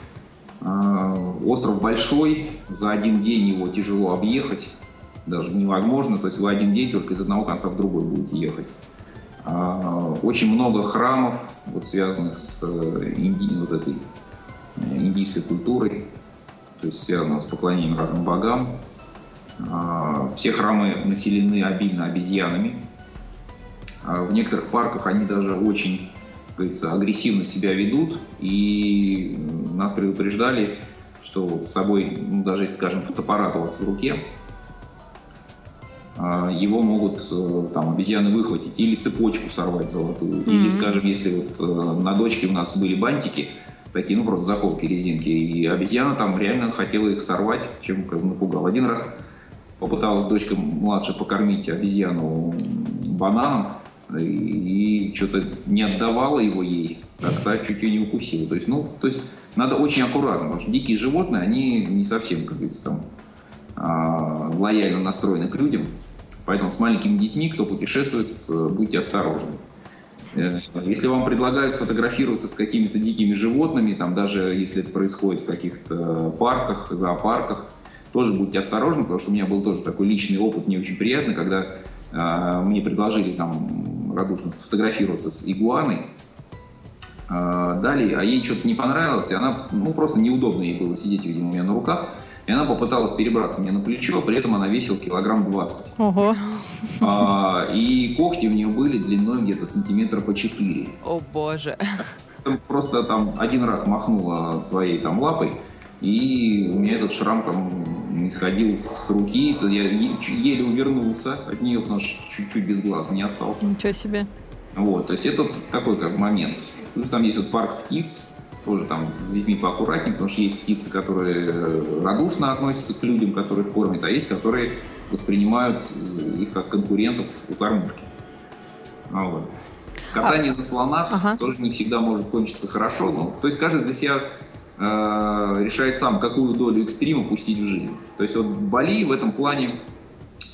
Остров большой, за один день его тяжело объехать, даже невозможно, то есть вы один день только из одного конца в другой будете ехать. Очень много храмов, вот, связанных с этой индийской культурой, то есть связанных с поклонением разным богам. Все храмы населены обильно обезьянами. В некоторых парках они даже очень, как говорится, агрессивно себя ведут, и нас предупреждали, что с собой, даже если, скажем, фотоаппарат у вас в руке, его могут там обезьяны выхватить или цепочку сорвать золотую, или, скажем, если вот на дочке у нас были бантики, такие, просто заколки резинки, и обезьяна там реально хотела их сорвать, чем как бы напугал. Один раз попыталась дочка младше покормить обезьяну бананом, и что-то не отдавала его ей, так чуть ее не укусила. То есть надо очень аккуратно, потому что дикие животные, они не совсем, как говорится, там, лояльно настроены к людям. Поэтому с маленькими детьми, кто путешествует, будьте осторожны. Если вам предлагают сфотографироваться с какими-то дикими животными, там, даже если это происходит в каких-то парках, зоопарках, тоже будьте осторожны, потому что у меня был тоже такой личный опыт, не очень приятный, когда мне предложили там радушно сфотографироваться с игуаной, далее, а ей что-то не понравилось, и она, просто неудобно ей было сидеть, видимо, у меня на руках, и она попыталась перебраться мне на плечо, при этом она весила килограмм 20. Ого. И когти у нее были длиной где-то сантиметра по 4. О боже. Просто там один раз махнула своей там лапой, и у меня этот шрам там не сходил с руки, я еле увернулся от нее, потому что чуть-чуть без глаз не остался. Ничего себе. Вот, то есть это такой как момент. Плюс там есть вот парк птиц, тоже там с детьми поаккуратнее, потому что есть птицы, которые радушно относятся к людям, которых кормят, а есть, которые воспринимают их как конкурентов у кормушки. Вот. Катание на слонах тоже не всегда может кончиться хорошо, то есть каждый для себя решает сам, какую долю экстрима пустить в жизнь. То есть вот Бали в этом плане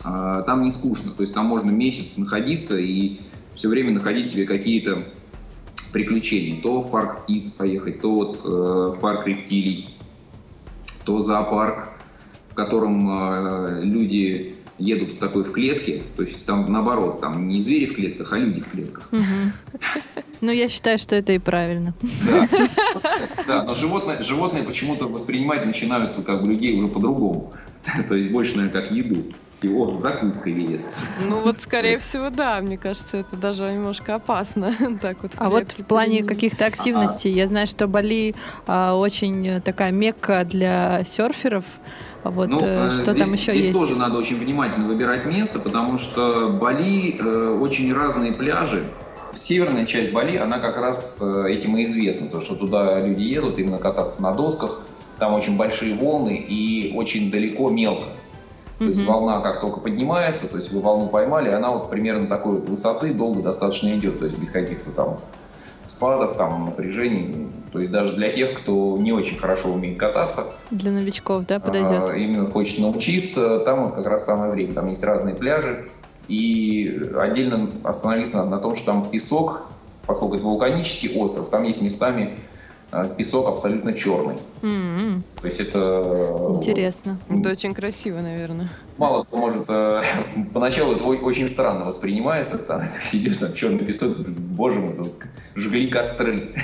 там не скучно. То есть там можно месяц находиться и все время находить себе какие-то приключений. То в парк птиц поехать, то вот в парк рептилий, то зоопарк, в котором люди едут в такой в клетке. То есть там наоборот, там не звери в клетках, а люди в клетках. Ну, я считаю, что это и правильно. Да, но животные почему-то воспринимать начинают как бы людей уже по-другому. То есть больше, наверное, как еду. Его закуска едет. Ну вот, скорее всего, да. Мне кажется, это даже немножко опасно. Так вот, а вот в плане каких-то активностей, я знаю, что Бали очень такая мекка для серферов. Вот, что здесь, там еще здесь есть? тоже надо очень внимательно выбирать место, потому что Бали очень разные пляжи. Северная часть Бали, она как раз этим и известна, то что туда люди едут именно кататься на досках, там очень большие волны и очень далеко мелко. То есть волна как только поднимается, то есть вы волну поймали, она вот примерно такой вот высоты долго достаточно идет, то есть без каких-то там спадов, там напряжений. То есть даже для тех, кто не очень хорошо умеет кататься. Для новичков, да, подойдет? Именно хочет научиться, там вот как раз самое время. Там есть разные пляжи. И отдельно остановиться надо на том, что там песок, поскольку это вулканический остров, там есть местами песок абсолютно черный. То есть это... Интересно. Это очень красиво, наверное. Мало кто может... Поначалу это очень странно воспринимается. Там, сидишь там, черный песок, боже мой, тут жгли костры.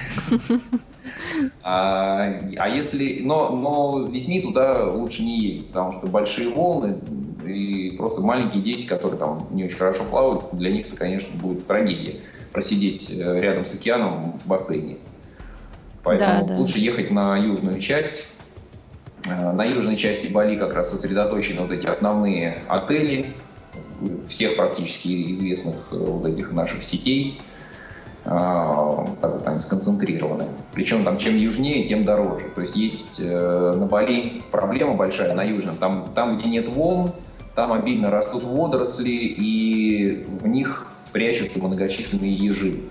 Если... Но с детьми туда лучше не ездить, потому что большие волны и просто маленькие дети, которые там не очень хорошо плавают, для них это, конечно, будет трагедия просидеть рядом с океаном в бассейне. Поэтому лучше ехать на южную часть. На южной части Бали как раз сосредоточены вот эти основные отели всех практически известных вот этих наших сетей. Так вот они сконцентрированы. Причем там чем южнее, тем дороже. То есть есть на Бали проблема большая, на южном. Там, где нет волн, там обильно растут водоросли, и в них прячутся многочисленные ежи.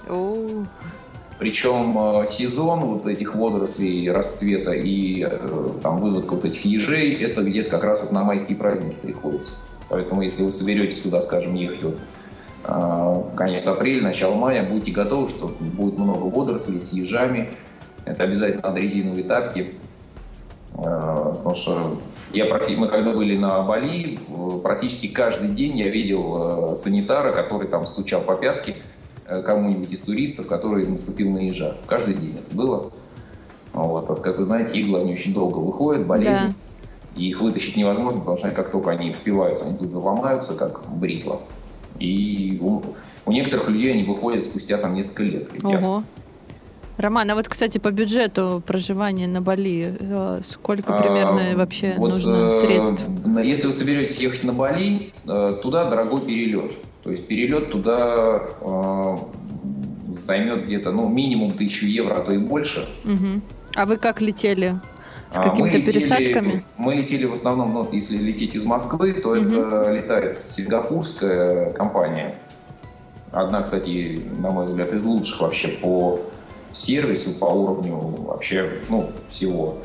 Причем сезон вот этих водорослей, расцвета и там выводка вот этих ежей, это где-то как раз вот на майские праздники приходится. Поэтому если вы соберетесь туда, скажем, ехать вот конец апреля, начало мая, будьте готовы, что будет много водорослей с ежами. Это обязательно надо резиновые тапки. Потому что мы когда были на Бали, практически каждый день я видел санитара, который там стучал по пятке кому-нибудь из туристов, который наступил на ежа. Каждый день это было. Вот. А как вы знаете, иглы, они очень долго выходят, болезнь. Да. И их вытащить невозможно, потому что как только они впиваются, они тут же ломаются, как бритва. И у некоторых людей они выходят спустя там несколько лет. Ого. Роман, а вот, кстати, по бюджету проживания на Бали, сколько примерно вообще нужно средств? Если вы соберетесь ехать на Бали, туда дорогой перелет. То есть перелет туда займет где-то минимум 1000 евро, а то и больше. А вы как летели? С какими-то пересадками? Мы летели в основном, если лететь из Москвы, то это летает сингапурская компания. Одна, кстати, на мой взгляд, из лучших вообще по сервису, по уровню вообще всего.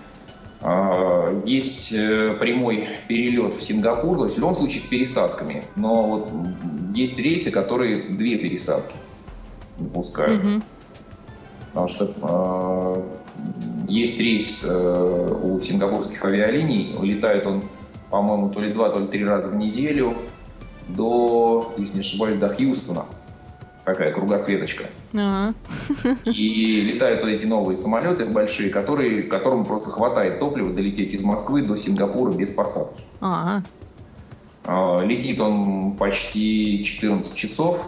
Есть прямой перелет в Сингапур, то есть в любом случае с пересадками. Но вот есть рейсы, которые 2 пересадки допускают. Потому что есть рейс у сингапурских авиалиний, летает он, по-моему, то ли 2, то ли 3 раза в неделю до, если не ошибаюсь, до Хьюстона. Такая кругосветочка. И летают вот эти новые самолеты большие, которым просто хватает топлива долететь из Москвы до Сингапура без посадки. Летит он почти 14 часов.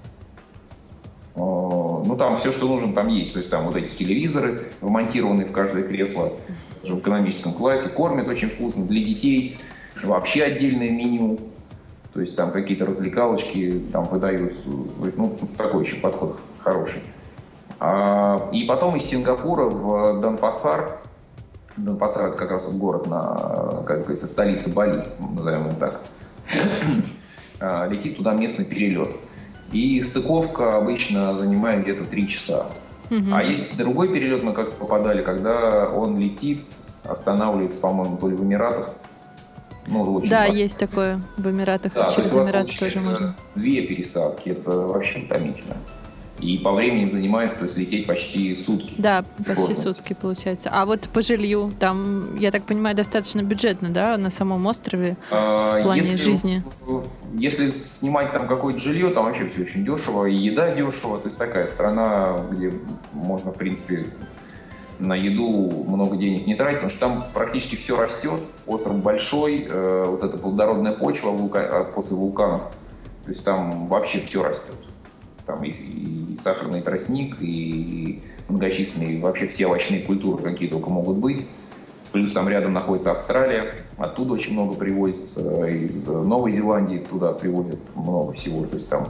Там все, что нужно, там есть. То есть там вот эти телевизоры, вмонтированные в каждое кресло, даже в экономическом классе. Кормят очень вкусно. Для детей вообще отдельное меню. То есть там какие-то развлекалочки там выдают. Такой еще подход хороший. И потом из Сингапура в Денпасар. Денпасар — это как раз вот город, как говорится, столица Бали, назовем его так. Летит туда местный перелет. И стыковка обычно занимает где-то 3 часа. А есть другой перелет, мы как-то попадали, когда он летит, останавливается, по-моему, то ли в Эмиратах, очень Да, просто. есть такое в Эмиратах, Да, через то есть Эмираты у вас тоже можно. получается 2 пересадки, это вообще утомительно. И по времени занимается, то есть лететь почти сутки. Да, почти Сложность. сутки получается. А вот по жилью, там, я так понимаю, достаточно бюджетно, да, на самом острове в плане жизни? Если снимать там какое-то жилье, там вообще все очень дешево, и еда дешево, то есть такая страна, где можно, в принципе, на еду много денег не тратить, потому что там практически все растет, остров большой, вот эта плодородная почва после вулканов, то есть там вообще все растет. Там и сахарный тростник, и многочисленные вообще все овощные культуры, какие только могут быть. Плюс там рядом находится Австралия, оттуда очень много привозится, из Новой Зеландии туда привозят много всего. То есть там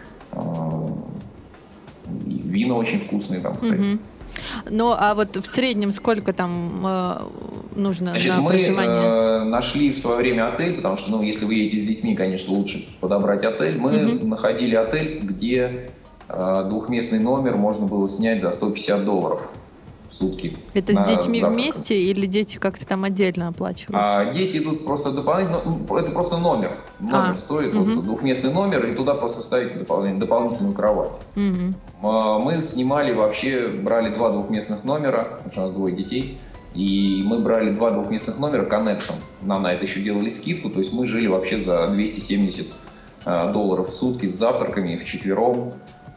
и вина очень вкусные там, кстати. Ну, а вот в среднем сколько там нужно Значит, на проживание? мы нашли в свое время отель, потому что, если вы едете с детьми, конечно, лучше подобрать отель. Мы находили отель, где двухместный номер можно было снять за $150 в сутки. Это с детьми вместе или дети как-то там отдельно оплачиваются? Дети идут просто дополнительно, это просто номер. Номер стоит, двухместный номер, и туда просто ставите дополнительную кровать. Мы снимали вообще, брали 2 двухместных номера, потому что у нас 2 детей, и мы брали 2 двухместных номера Connection. Нам на это еще делали скидку, то есть мы жили вообще за $270 в сутки с завтраками вчетвером,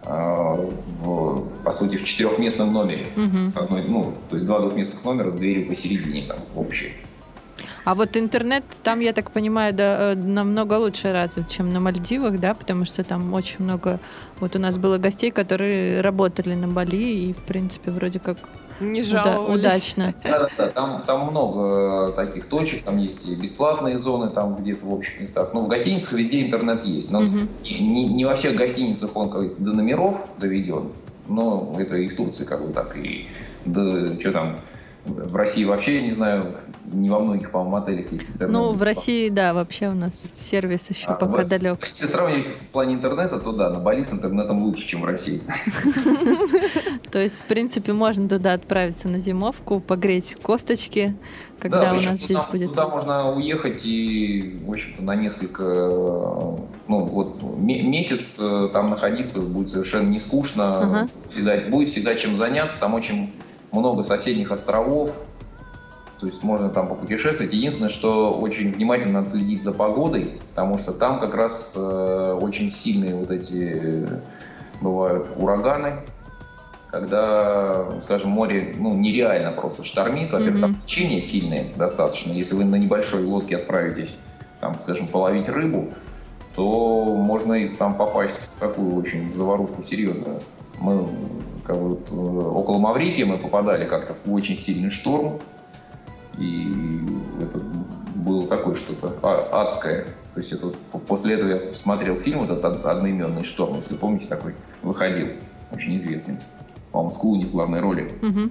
по сути, в 4-местном номере. С одной, то есть 2 двухместных номера с дверью посередине там общей. А вот интернет там, я так понимаю, намного лучше развит, чем на Мальдивах, да, потому что там очень много... Вот у нас было гостей, которые работали на Бали, и, в принципе, вроде как не жаловались. Удачно. Да, там много таких точек, там есть и бесплатные зоны, там где-то в общих местах. В гостиницах везде интернет есть, но не во всех гостиницах он, как говорится, до номеров доведен, но это и в Турции как бы так, и что там... В России вообще, я не знаю, не во многих, по-моему, отелях есть интернет. В России, да, вообще у нас сервис еще пока далек. Если сравнивать в плане интернета, то да, на Бали с интернетом лучше, чем в России. То есть, в принципе, можно туда отправиться на зимовку, погреть косточки, когда у нас здесь будет... Туда можно уехать и, в общем-то, на несколько... месяц там находиться будет совершенно не скучно. Будет всегда чем заняться, там очень... много соседних островов, то есть можно там попутешествовать. Единственное, что очень внимательно надо следить за погодой, потому что там как раз очень сильные вот эти бывают ураганы, когда, скажем, море нереально просто штормит. Во-первых, там течение сильное достаточно. Если вы на небольшой лодке отправитесь, там, скажем, половить рыбу, то можно и там попасть в такую очень заварушку серьезную. Мы около Маврикии мы попадали как-то в очень сильный шторм, и это было такое что-то адское. То есть после этого я смотрел фильм, этот «Одноименный шторм», если помните, такой выходил, очень известный, по-моему, с Клуни в главной роли.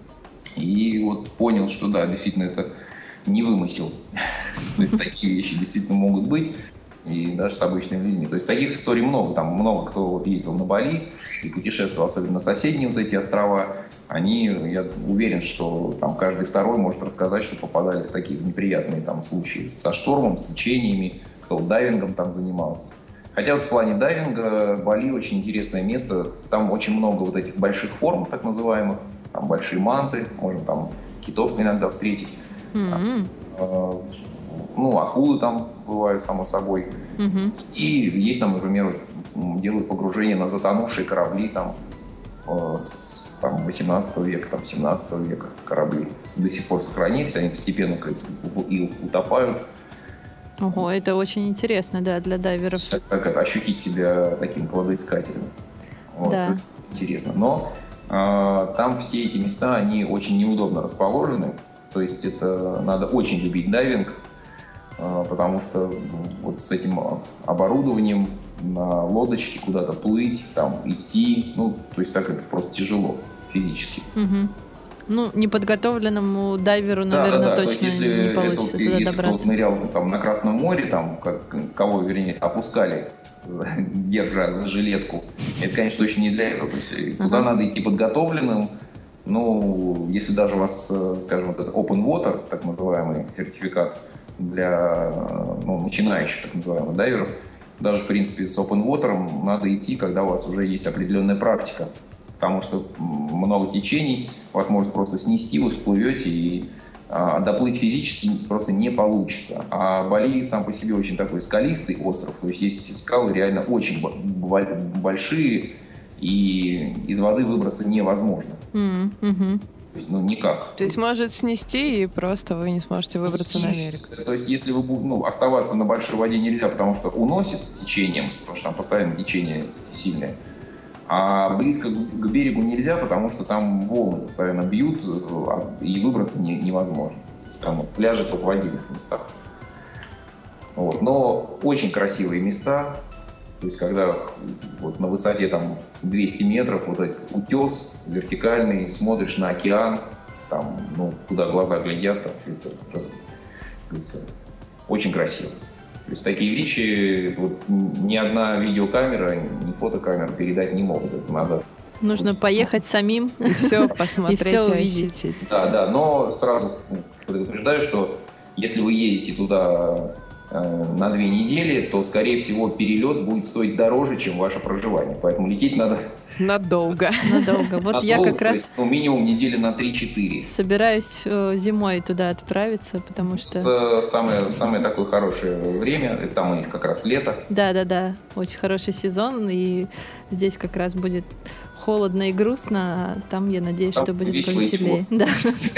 И вот понял, что да, действительно это не вымысел. То есть такие вещи действительно могут быть. И даже с обычными людьми. То есть таких историй много. Там много кто ездил на Бали и путешествовал, особенно на соседние вот эти острова. Я уверен, что там каждый второй может рассказать, что попадали в такие неприятные там случаи со штормом, с течениями, кто дайвингом там занимался. Хотя вот в плане дайвинга Бали очень интересное место. Там очень много вот этих больших форм, так называемых. Там большие манты, можно там китов иногда встретить. Акулы там бывают, само собой. И есть там, например, делают погружение на затонувшие корабли там 18 века, там 17 века корабли до сих пор сохранились, они постепенно, кажется, и утопают. Ого, это очень интересно, да, для дайверов. Как ощутить себя таким кладоискателем. Да. Это интересно. Но там все эти места, они очень неудобно расположены. То есть это надо очень любить дайвинг, потому что вот с этим оборудованием на лодочке куда-то плыть, там идти, то есть так это просто тяжело физически. Неподготовленному дайверу, наверное, точно то есть, не получится туда добраться. Если кто-то нырял там на Красном море, там, кого, вернее, опускали, держа за жилетку, это, конечно, точно не для этого. То есть туда надо идти подготовленным. Если даже у вас, скажем, вот этот Open Water, так называемый сертификат, для начинающих, так называемых, дайверов. Даже, в принципе, с open water надо идти, когда у вас уже есть определенная практика. Потому что много течений, вас может просто снести, вы всплывете, и доплыть физически просто не получится. А Бали сам по себе очень такой скалистый остров, то есть скалы реально очень большие, и из воды выбраться невозможно. То есть, никак. То есть может снести, и просто вы не сможете выбраться на берег. То есть если вы оставаться на большой воде нельзя, потому что уносит течением, потому что там постоянно течение сильное. А близко к берегу нельзя, потому что там волны постоянно бьют, и выбраться невозможно. Там пляжи только в отдельных местах. Вот. Но очень красивые места. То есть когда на высоте там 200 метров этот утес вертикальный, смотришь на океан, там, куда глаза глядят, там все это просто, говорится, очень красиво. То есть такие вещи ни одна видеокамера, ни фотокамера передать не могут. Это нужно поехать самим и все посмотреть, и все увидеть. Да, но сразу предупреждаю, что если вы едете туда на 2 недели, то, скорее всего, перелет будет стоить дороже, чем ваше проживание. Поэтому лететь надо надолго. Вот я как раз... То есть, минимум недели на 3-4. Собираюсь зимой туда отправиться, потому что... Это самое такое хорошее время. Там у них как раз лето. Да. Очень хороший сезон. И здесь как раз будет холодно и грустно, а там, я надеюсь, что будет повеселее. Да.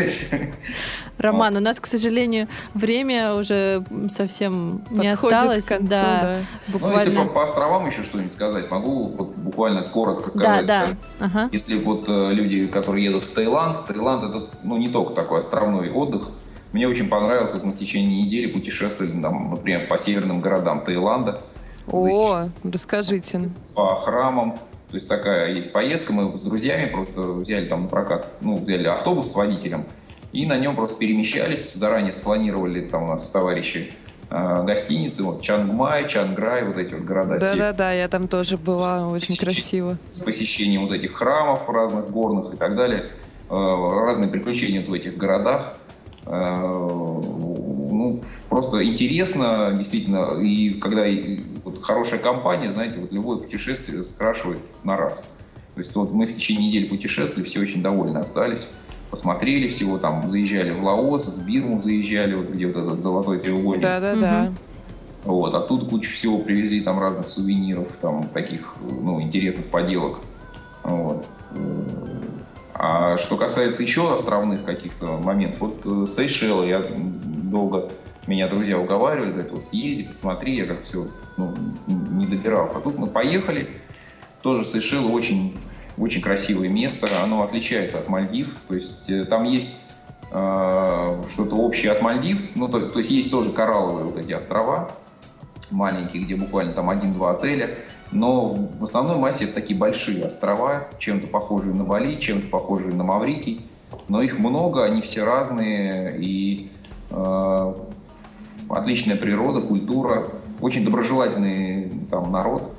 Роман, у нас, к сожалению, время уже совсем не осталось. К концу, да. Буквально... Если по островам еще что-нибудь сказать, могу буквально коротко сказать. Да. Ага. Если люди, которые едут в Таиланд это не только такой островной отдых. Мне очень понравилось, мы в течение недели путешествовали, например, по северным городам Таиланда. Расскажите. По храмам. То есть такая есть поездка, мы с друзьями просто взяли там на прокат, взяли автобус с водителем, и на нем просто перемещались, заранее спланировали там у нас товарищи гостиницы, Чангмай, Чанграй, эти города. Да, я там тоже была, очень красиво. С посещением этих храмов разных горных и так далее, разные приключения в этих городах. Просто интересно, действительно, и когда хорошая компания, знаете, любое путешествие скрашивает на раз. То есть мы в течение недели путешествовали, все очень довольны остались, посмотрели всего, там заезжали в Лаос, в Бирму заезжали, где этот золотой треугольник. Да. Оттуда кучу всего привезли, там разных сувениров, там таких, интересных поделок. А что касается еще островных каких-то моментов, Сейшелы, я долго, меня друзья уговаривали, говорят, съезди, посмотри, я как все не добирался. А тут мы поехали, тоже Сейшелы очень, очень красивое место, оно отличается от Мальдив, то есть там есть что-то общее от Мальдив, то есть есть тоже коралловые эти острова, маленькие, где буквально там 1-2 отеля, но в основной массе это такие большие острова, чем-то похожие на Бали, чем-то похожие на Маврикий, но их много, они все разные, и отличная природа, культура, очень доброжелательный там народ.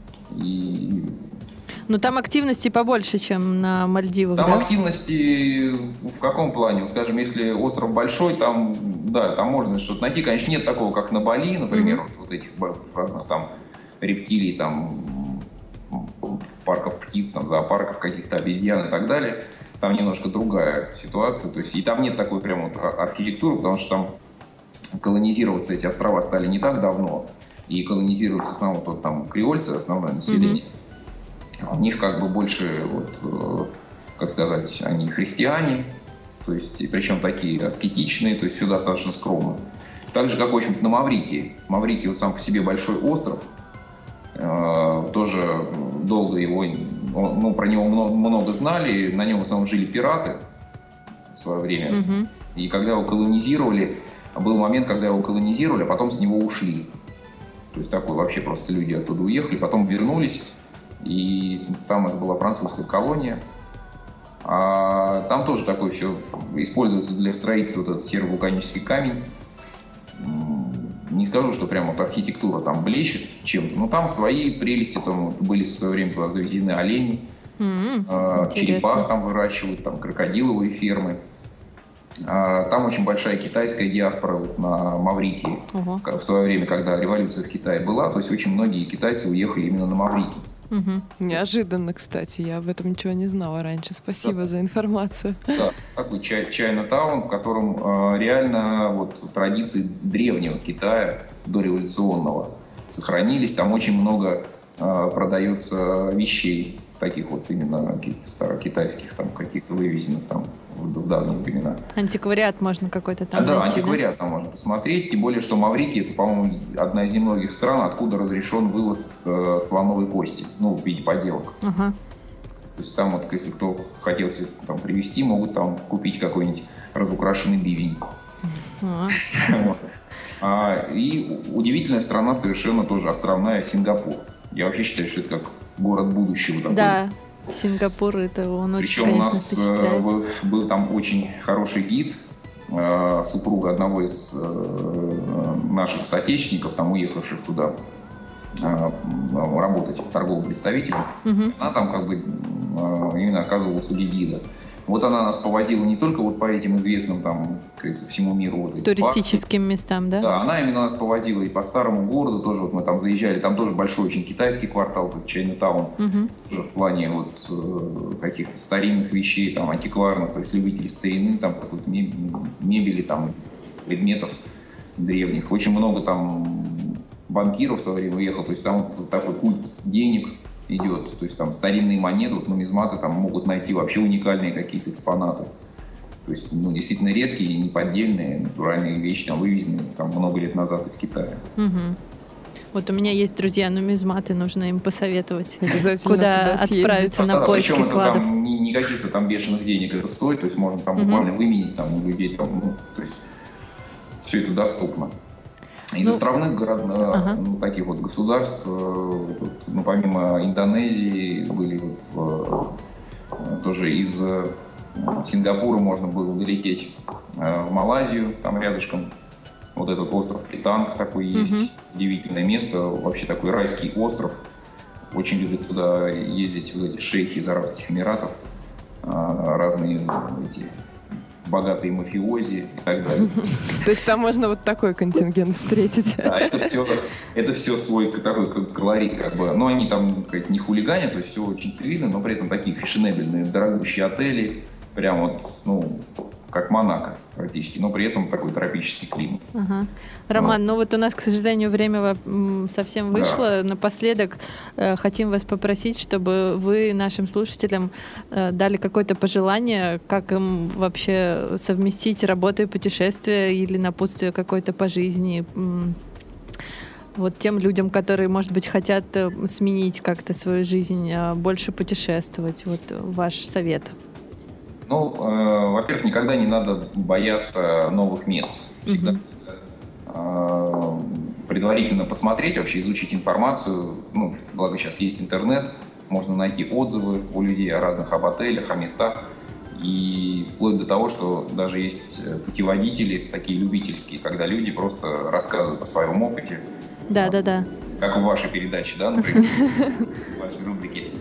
Но там активности побольше, чем на Мальдивах, там да? Там активности в каком плане? Скажем, если остров большой, там можно что-то найти. Конечно, нет такого, как на Бали, например, этих разных там рептилий, там парков птиц, там зоопарков каких-то, обезьян и так далее. Там немножко другая ситуация. То есть, и там нет такой прям архитектуры, потому что там колонизироваться эти острова стали не так давно. И колонизируются в основном там креольцы, основное население. У них как бы больше, как сказать, они христиане, то есть, причем такие аскетичные, то есть все достаточно скромно. Так же, как, в общем-то, на Маврикии. Маврикий сам по себе большой остров, тоже долго его, про него много знали, на нем в основном жили пираты в свое время. И когда его колонизировали, был момент, когда его колонизировали, а потом с него ушли. То есть такой вообще просто люди оттуда уехали, потом вернулись. И там это была французская колония. А там тоже такое все используется для строительства этот серо-вулканический камень. Не скажу, что прямо архитектура там блещет чем-то, но там свои прелести. Там были в свое время туда завезены олени, черепах там выращивают, там крокодиловые фермы. Там очень большая китайская диаспора вот на Маврикии. В свое время, когда революция в Китае была, то есть очень многие китайцы уехали именно на Маврикий. Неожиданно, кстати, я об этом ничего не знала раньше. Спасибо за информацию. Да, такой Чайна-таун, в котором реально вот традиции древнего Китая, дореволюционного, сохранились. Там очень много продается вещей, таких вот именно старокитайских, там каких-то вывезенных там в давние времена. Антиквариат можно какой-то там найти, найти, антиквариат там можно посмотреть, тем более, что Маврикий — это, по-моему, одна из немногих стран, откуда разрешен вывоз слоновой кости, ну, в виде поделок. То есть там вот, если кто хотел себе там привезти, могут там купить какой-нибудь разукрашенный бивень. И удивительная страна совершенно тоже островная — Сингапур. Я вообще считаю, что это как город будущего. Да, Сингапур, это он очень, причем конечно, у нас был там очень хороший гид, супруга одного из наших соотечественников, там уехавших туда работать торговым представителем. Она там как бы именно оказывала услуги гида. Вот она нас повозила не только вот по этим известным там, как говорится, всему миру вот, туристическим местам, да? Да, она именно нас повозила и по старому городу тоже. Вот мы там заезжали, там тоже большой очень китайский квартал, как Чайна-таун, тоже в плане вот каких-то старинных вещей, там антикварных, то есть любители старины, там какой-то мебели, там предметов древних. Очень много там банкиров в свое время уехал, то есть там вот такой культ денег идет, то есть там старинные монеты, вот нумизматы там могут найти вообще уникальные какие-то экспонаты. То есть, ну, действительно редкие, неподдельные, натуральные вещи, там, вывезенные там, много лет назад из Китая. Вот у меня есть друзья-нумизматы, нужно им посоветовать, обязательно куда отправиться на поиски кладов. Причем это не каких-то там бешеных денег это стоит, то есть можно там буквально выменить там, у людей, там, ну, то есть все это доступно. Из островных таких вот государств, ну, помимо Индонезии, были вот, тоже из Сингапура можно было долететь в Малайзию, там рядышком. Вот этот остров Петанг такой есть, удивительное место, вообще такой райский остров. Очень любят туда ездить вот эти шейхи из Арабских Эмиратов, разные эти богатые мафиози и так далее. То есть там можно вот такой контингент встретить. Да, это все свой такой колорит, как бы. Но они там, не хулиганят, то есть все очень цивильно, но при этом такие фешенебельные, дорогущие отели, прям вот, ну, как Монако практически, но при этом такой тропический климат. Роман, ну вот у нас, к сожалению, время совсем вышло. Да. Напоследок хотим вас попросить, чтобы вы нашим слушателям дали какое-то пожелание, как им вообще совместить работу и путешествие или напутствие какое-то по жизни. Вот тем людям, которые, может быть, хотят сменить как-то свою жизнь, больше путешествовать. Вот ваш совет. Ну, во-первых, никогда не надо бояться новых мест. Всегда предварительно посмотреть, вообще изучить информацию. Ну, благо сейчас есть интернет, можно найти отзывы у людей о разных об отелях, о местах. И вплоть до того, что даже есть путеводители, такие любительские, когда люди просто рассказывают о своем опыте. Да. Как в вашей передаче, да, например, в вашей рубрике.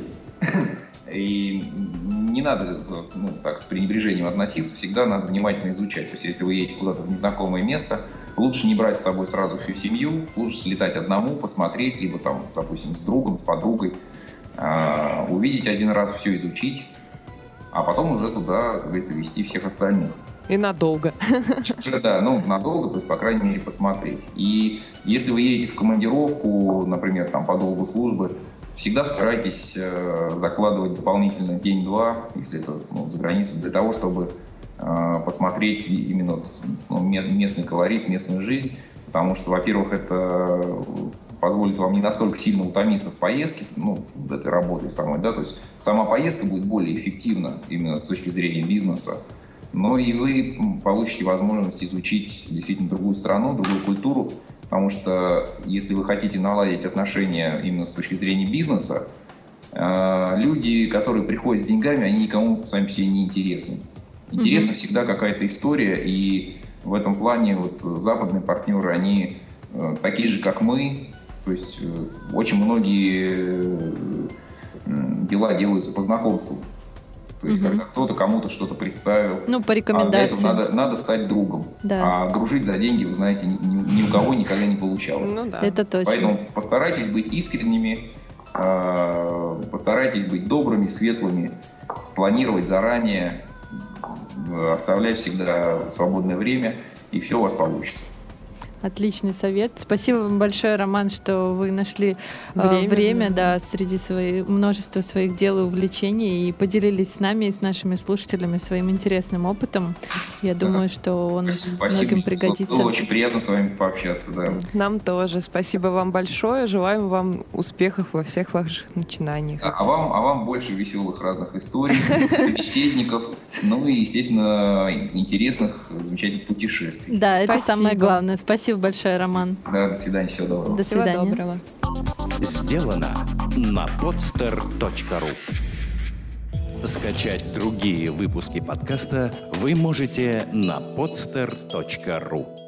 И не надо так с пренебрежением относиться, всегда надо внимательно изучать. То есть если вы едете куда-то в незнакомое место, лучше не брать с собой сразу всю семью, лучше слетать одному, посмотреть, либо там, допустим, с другом, с подругой, увидеть один раз, все изучить, а потом уже туда, как говорится, вести всех остальных. И надолго. Уже, да, надолго, то есть, по крайней мере, посмотреть. И если вы едете в командировку, например, там, по долгу службы, всегда старайтесь закладывать дополнительно день-два, если это за границу, для того, чтобы посмотреть именно местный колорит, местную жизнь. Потому что, во-первых, это позволит вам не настолько сильно утомиться в поездке, в этой работе самой, да, то есть сама поездка будет более эффективна именно с точки зрения бизнеса, но и вы получите возможность изучить действительно другую страну, другую культуру, потому что если вы хотите наладить отношения именно с точки зрения бизнеса, люди, которые приходят с деньгами, они никому сами по себе не интересны. Интересна всегда какая-то история, и в этом плане вот западные партнеры, они такие же, как мы, то есть очень многие дела делаются по знакомству. То есть, когда кто-то кому-то что-то представил. Ну, по рекомендациям. Для этого надо стать другом. Да. А дружить за деньги, вы знаете, ни у кого никогда не получалось. Ну да. Это точно. Поэтому постарайтесь быть искренними, постарайтесь быть добрыми, светлыми, планировать заранее, оставлять всегда свободное время, и все у вас получится. Отличный совет. Спасибо вам большое, Роман, что вы нашли время среди множества своих дел и увлечений и поделились с нами и с нашими слушателями своим интересным опытом. Я думаю, что он многим пригодится. Было очень приятно с вами пообщаться. Да. Нам тоже. Спасибо вам большое. Желаем вам успехов во всех ваших начинаниях. А вам больше веселых разных историй, собеседников, ну и, естественно, интересных, замечательных путешествий. Да, это самое главное. Спасибо большое, Роман. Да, до свидания, всего доброго. До свидания. Всего доброго. Сделано на podster.ru. Скачать другие выпуски подкаста вы можете на podster.ru.